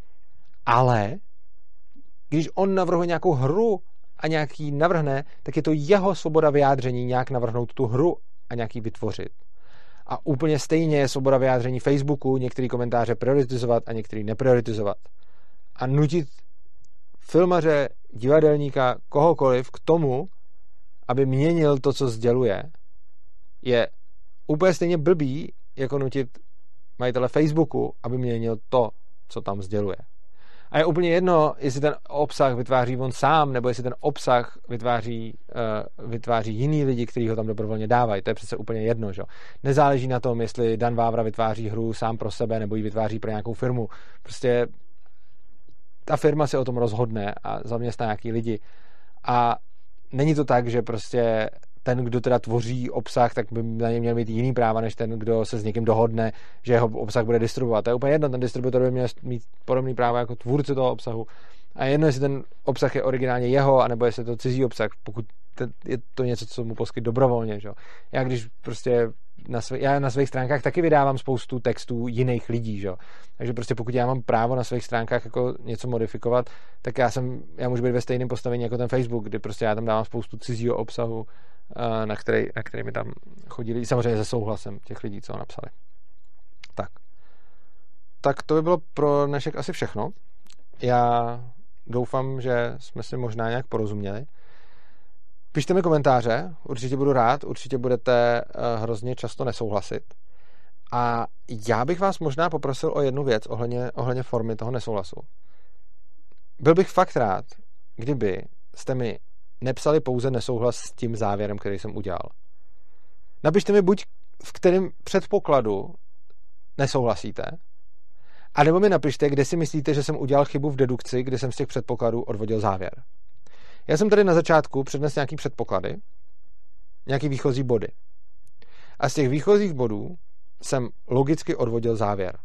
Ale když on navrhuje nějakou hru a nějaký navrhne, tak je to jeho svoboda vyjádření nějak navrhnout tu hru a nějaký vytvořit. A úplně stejně je svoboda vyjádření Facebooku některé komentáře prioritizovat a některé neprioritizovat. A nutit filmaře, divadelníka, kohokoliv k tomu, aby měnil to, co sděluje, je úplně stejně blbý, jako nutit majitele Facebooku, aby měnil to, co tam sděluje. A je úplně jedno, jestli ten obsah vytváří on sám, nebo jestli ten obsah vytváří, uh, vytváří jiný lidi, kteří ho tam dobrovolně dávají. To je přece úplně jedno, že? Nezáleží na tom, jestli Dan Vávra vytváří hru sám pro sebe, nebo ji vytváří pro nějakou firmu. Prostě ta firma si o tom rozhodne a zaměstná nějaký lidi. A není to tak, že prostě ten, kdo teda tvoří obsah, tak by na něj měl mít jiný práva, než ten, kdo se s někým dohodne, že jeho obsah bude distribuovat. To je úplně jedno, ten distributor by měl mít podobný práva jako tvůrce toho obsahu. A jedno, jestli ten obsah je originálně jeho, anebo jestli je to cizí obsah, pokud je to něco, co mu poskyt dobrovolně. Že? Já když prostě na svých, já na svých stránkách taky vydávám spoustu textů jiných lidí, že? Takže prostě pokud já mám právo na svých stránkách jako něco modifikovat, tak já jsem, já můžu být ve stejném postavení jako ten Facebook, kdy prostě já tam dávám spoustu cizího obsahu, na který, na který mi tam chodí lidi, samozřejmě se souhlasem těch lidí, co ho napsali. Tak. Tak to by bylo pro dnešek asi všechno. Já doufám, že jsme si možná nějak porozuměli. Pište mi komentáře, určitě budu rád, určitě budete hrozně často nesouhlasit. A já bych vás možná poprosil o jednu věc ohledně, ohledně formy toho nesouhlasu. Byl bych fakt rád, kdyby jste mi nepsali pouze nesouhlas s tím závěrem, který jsem udělal. Napište mi buď v kterém předpokladu nesouhlasíte, anebo mi napište, kde si myslíte, že jsem udělal chybu v dedukci, kde jsem z těch předpokladů odvodil závěr. Já jsem tady na začátku přednesl nějaký předpoklady, nějaký výchozí body. A z těch výchozích bodů jsem logicky odvodil závěr.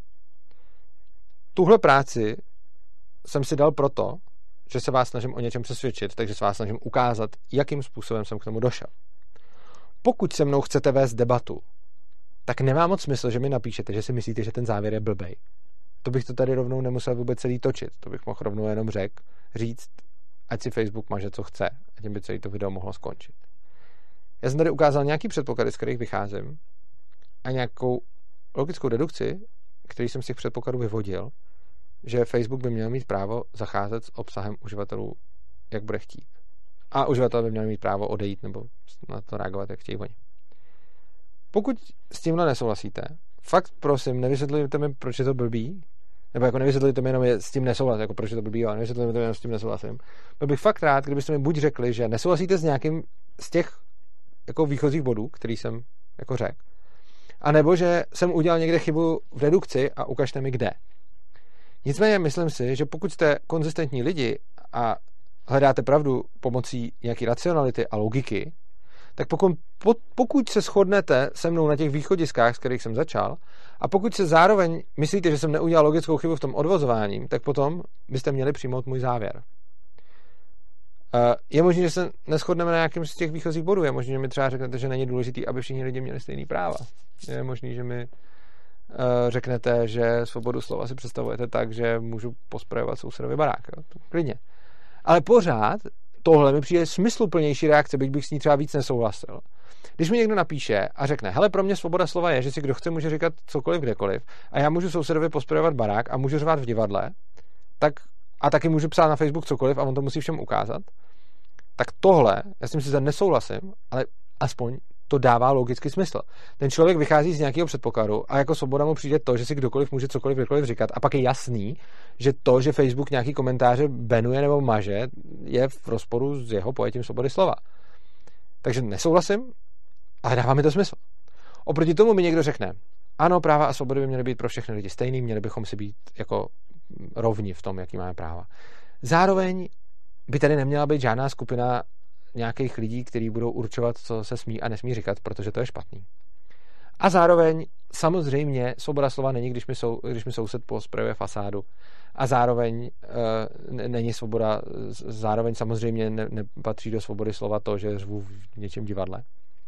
Tuhle práci jsem si dal proto, že se vás snažím o něčem přesvědčit, takže se vás snažím ukázat, jakým způsobem jsem k tomu došel. Pokud se mnou chcete vést debatu, tak nemá moc smysl, že mi napíšete, že si myslíte, že ten závěr je blbej. To bych to tady rovnou nemusel vůbec celý točit. To bych mohl rovnou jenom řek, říct, ať si Facebook maže, co chce. A tím by celý to video mohlo skončit. Já jsem tady ukázal nějaký předpoklady, z kterých vycházím, a nějakou logickou dedukci, který jsem z těch předpokladů vyvodil, že Facebook by měl mít právo zacházet s obsahem uživatelů, jak bude chtít. A uživatel by měl mít právo odejít nebo na to reagovat, jak chtějí oni. Pokud s tímhle nesouhlasíte, fakt prosím, nevysvětlujte mi, proč je to blbý, nebo jako nevysvětlujte mi jenom je s tím nesouhlas, jako proč je to blbý, ale nevysvětlujte mi jenom s tím nesouhlasím. Byl bych fakt rád, kdybyste mi buď řekli, že nesouhlasíte s nějakým z těch jako výchozích bodů, který jsem jako řekl, anebo že jsem udělal někde chybu v redukci a ukažte mi kde. Nicméně myslím si, že pokud jste konzistentní lidi a hledáte pravdu pomocí nějaké racionality a logiky, tak pokud, pokud se shodnete se mnou na těch východiskách, z kterých jsem začal, a pokud se zároveň myslíte, že jsem neudělal logickou chybu v tom odvozování, tak potom byste měli přijmout můj závěr. Je možné, že se neshodneme na nějakém z těch výchozích bodů. Je možné, že mi třeba řeknete, že není důležitý, aby všichni lidi měli stejný práva. Je možné, že mi řeknete, že svobodu slova si představujete tak, že můžu posprejovat sousedovi barák. Jo? Klidně. Ale pořád tohle mi přijde smysluplnější reakce, byť bych s ní třeba víc nesouhlasil. Když mi někdo napíše a řekne, hele, pro mě svoboda slova je, že si kdo chce může říkat cokoliv kdekoliv a já můžu sousedovi posprojovat barák a můžu řvát v divadle, tak a taky můžu psát na Facebook cokoliv a on to musí všem ukázat, tak tohle, já s tím sice nesouhlasím, ale aspoň to dává logický smysl. Ten člověk vychází z nějakého předpokladu a jako svoboda mu přijde to, že si kdokoliv může cokoliv kdekoliv říkat a pak je jasný, že to, že Facebook nějaký komentáře banuje nebo maže, je v rozporu s jeho pojetím svobody slova. Takže nesouhlasím, ale dává mi to smysl. Oproti tomu mi někdo řekne, ano, práva a svobody by měly být pro všechny lidi stejný, měli bychom si být jako rovni v tom, jaký máme práva. Zároveň by tady neměla být žádná skupina nějakých lidí, kteří budou určovat, co se smí a nesmí říkat, protože to je špatný. A zároveň samozřejmě svoboda slova není, když mi, sou, když mi soused posprejuje fasádu. A zároveň e, není svoboda, zároveň samozřejmě ne, nepatří do svobody slova to, že řvu v něčem divadle.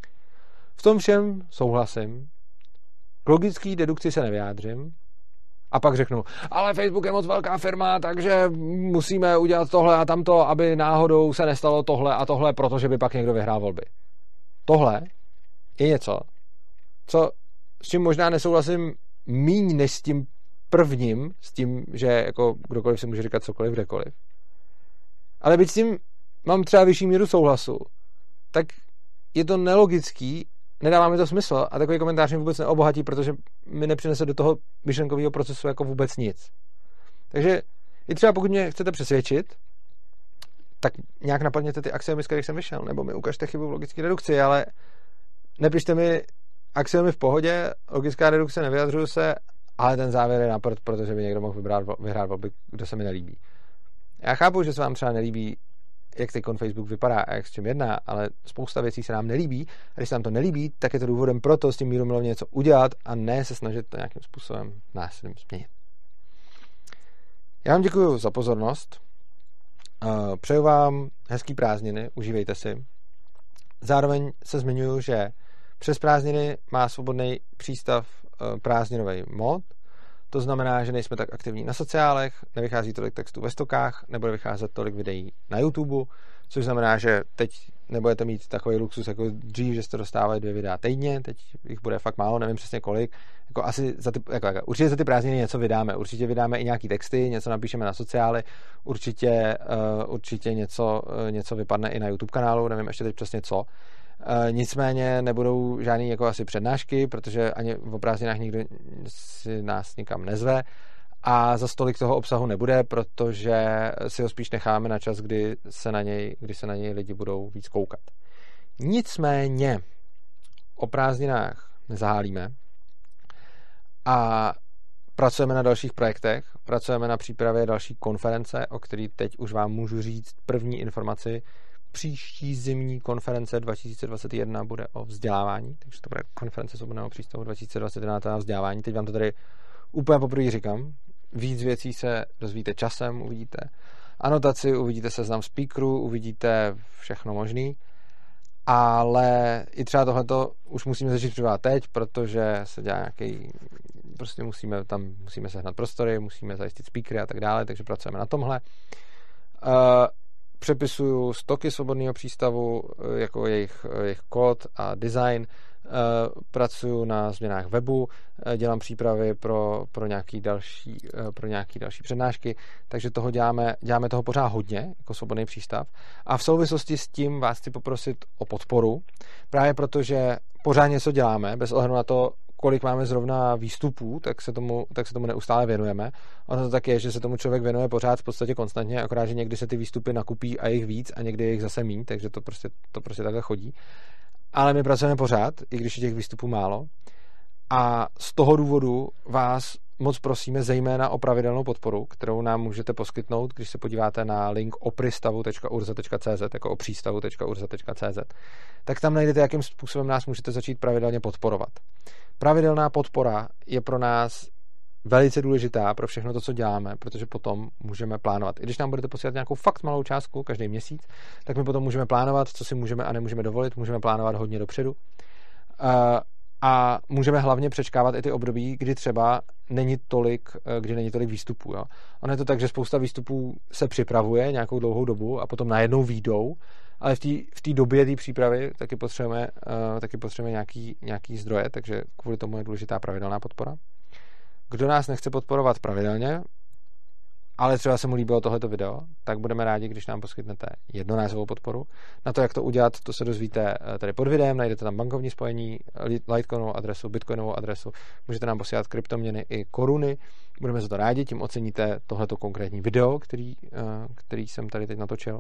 V tom všem souhlasím. K logický dedukci se nevyjádřím. A pak řeknu, ale Facebook je moc velká firma, takže musíme udělat tohle a tamto, aby náhodou se nestalo tohle a tohle, protože by pak někdo vyhrál volby. Tohle je něco, co, s čím možná nesouhlasím míň než s tím prvním, s tím, že jako kdokoliv si může říkat cokoliv, kdekoliv. Ale byť s tím mám třeba vyšší míru souhlasu, tak je to nelogický, nedává mi to smysl a takový komentář mi vůbec neobohatí, protože mi nepřinese do toho myšlenkového procesu jako vůbec nic. Takže i třeba pokud mě chcete přesvědčit, tak nějak napadněte ty axiomy, z kterých jsem vyšel, nebo mi ukažte chybu v logické redukci, ale nepište mi axiomy v pohodě, logická redukce, nevyjadřuju se, ale ten závěr je napad, protože by někdo mohl vybrat, vyhrát volby, kdo se mi nelíbí. Já chápu, že se vám třeba nelíbí, jak teď Facebook vypadá a jak s čím jedná, ale spousta věcí se nám nelíbí. A když se nám to nelíbí, tak je to důvodem pro to s tím mírumilovně něco udělat a ne se snažit to nějakým způsobem násilím změnit. Já vám děkuji za pozornost. Přeju vám hezký prázdniny, užívejte si. Zároveň se zmiňuji, že přes prázdniny má svobodný přístav prázdninový mod. To znamená, že nejsme tak aktivní na sociálech, nevychází tolik textů ve stokách, nebude vycházet tolik videí na YouTube, což znamená, že teď nebudete mít takový luxus jako dřív, že jste dostávali dvě videa týdně, teď jich bude fakt málo, nevím přesně kolik. Jako asi za ty, jako, jako, určitě za ty prázdniny něco vydáme, určitě vydáme i nějaký texty, něco napíšeme na sociály, určitě, uh, určitě něco, uh, něco vypadne i na YouTube kanálu, nevím ještě teď přesně co. Uh, nicméně nebudou žádný jako asi přednášky, protože ani v prázdninách nikdo si nás nikam nezve a za stolik toho obsahu nebude, protože si ho spíš necháme na čas, kdy se na něj, kdy se na něj lidi budou víc koukat. Nicméně o prázdninách nezahálíme a pracujeme na dalších projektech, pracujeme na přípravě další konference, o který teď už vám můžu říct první informaci. Příští zimní konference dva tisíce dvacet jedna bude o vzdělávání, takže to bude konference svobodného přístavu dva tisíce dvacet jedna na vzdělávání. Teď vám to tady úplně poprvé říkám. Víc věcí se dozvíte časem, uvidíte anotaci, uvidíte seznam speakerů, uvidíte všechno možný, ale i třeba tohleto už musíme začít připravovat teď, protože se dělá nějaký, prostě musíme tam, musíme sehnat prostory, musíme zajistit speakery a tak dále, takže pracujeme na tomhle. Uh, Přepisuju stoky svobodného přístavu, jako jejich, jejich kód a design, pracuju na změnách webu, dělám přípravy pro, pro, nějaký další, pro nějaký další přednášky, takže toho děláme, děláme toho pořád hodně, jako svobodný přístav. A v souvislosti s tím vás chci poprosit o podporu, právě protože pořád něco děláme, bez ohledu na to, kolik máme zrovna výstupů, tak se tomu, tak se tomu neustále věnujeme. Ono to tak je, že se tomu člověk věnuje pořád v podstatě konstantně, akorát, že někdy se ty výstupy nakupí a jich víc a někdy jich zase míň, takže to prostě, to prostě takhle chodí. Ale my pracujeme pořád, i když je těch výstupů málo. A z toho důvodu vás moc prosíme zejména o pravidelnou podporu, kterou nám můžete poskytnout, když se podíváte na link opristavu tečka urza tečka cz, jako opřístavu tečka urza tečka cz, tak tam najdete, jakým způsobem nás můžete začít pravidelně podporovat. Pravidelná podpora je pro nás velice důležitá pro všechno to, co děláme, protože potom můžeme plánovat. I když nám budete posílat nějakou fakt malou částku každý měsíc, tak my potom můžeme plánovat, co si můžeme a nemůžeme dovolit, můžeme plánovat hodně dopředu. A můžeme hlavně přečkávat i ty období, kdy třeba není tolik, kdy není tolik výstupů. Jo. Ono je to tak, že spousta výstupů se připravuje nějakou dlouhou dobu a potom najednou výjdou, ale v té v té době té přípravy taky potřebujeme, uh, taky potřebujeme nějaký, nějaký zdroje, takže kvůli tomu je důležitá pravidelná podpora. Kdo nás nechce podporovat pravidelně, ale třeba se mu líbilo tohleto video, tak budeme rádi, když nám poskytnete jednorázovou podporu. Na to, jak to udělat, to se dozvíte tady pod videem, najdete tam bankovní spojení, Litecoinovou adresu, Bitcoinovou adresu, můžete nám posílat kryptoměny i koruny, budeme za to rádi, tím oceníte tohleto konkrétní video, který, který jsem tady teď natočil.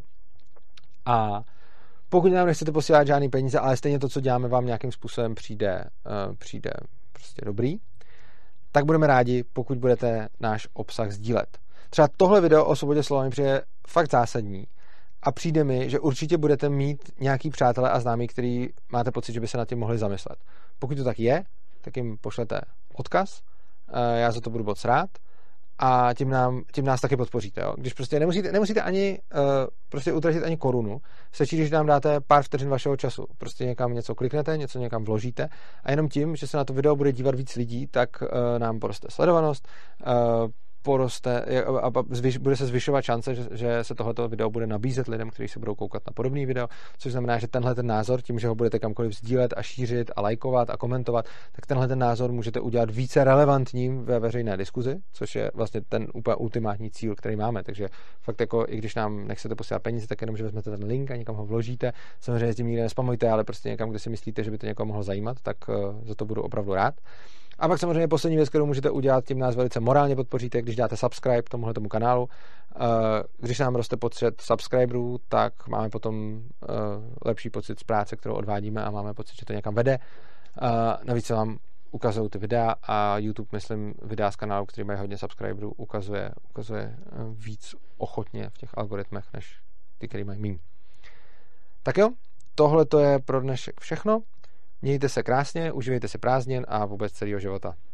A pokud nám nechcete posílat žádný peníze, ale stejně to, co děláme, vám nějakým způsobem přijde, přijde prostě dobrý, tak budeme rádi, pokud budete náš obsah sdílet. Třeba tohle video o svobodě slova mi přijde fakt zásadní a přijde mi, že určitě budete mít nějaký přátelé a známí, který máte pocit, že by se nad tím mohli zamyslet. Pokud to tak je, tak jim pošlete odkaz, já za to budu moc rád a tím, nám, tím nás taky podpoříte. Jo? Když prostě nemusíte, nemusíte ani uh, prostě utratit ani korunu, stačí, když nám dáte pár vteřin vašeho času. Prostě někam něco kliknete, něco někam vložíte a jenom tím, že se na to video bude dívat víc lidí, tak uh, nám poroste sledovanost, uh, poroste a zvyš, bude se zvyšovat šance, že, že se tohleto video bude nabízet lidem, kteří se budou koukat na podobný video, což znamená, že tenhle ten názor, tím, že ho budete kamkoliv sdílet a šířit a lajkovat a komentovat, tak tenhle ten názor můžete udělat více relevantním ve veřejné diskuzi, což je vlastně ten úplně ultimátní cíl, který máme. Takže fakt jako, i když nám nechcete posílat peníze, tak jenom, že vezmete ten link a někam ho vložíte. Samozřejmě s tím nikdy nespamujte, ale prostě někam, kde si myslíte, že by to někoho mohlo zajímat, tak za to budu opravdu rád. A pak samozřejmě poslední věc, kterou můžete udělat, tím nás velice morálně podpoříte, když dáte subscribe tomuhle tomu kanálu. Když nám roste počet subscriberů, tak máme potom lepší pocit z práce, kterou odvádíme a máme pocit, že to někam vede. Navíc se vám ukazují ty videa a YouTube, myslím, videa z kanálu, který mají hodně subscriberů, ukazuje, ukazuje víc ochotně v těch algoritmech, než ty, který mají míň. Tak jo, tohle to je pro dnešek všechno. Mějte se krásně, užívejte si prázdnin a vůbec celého života.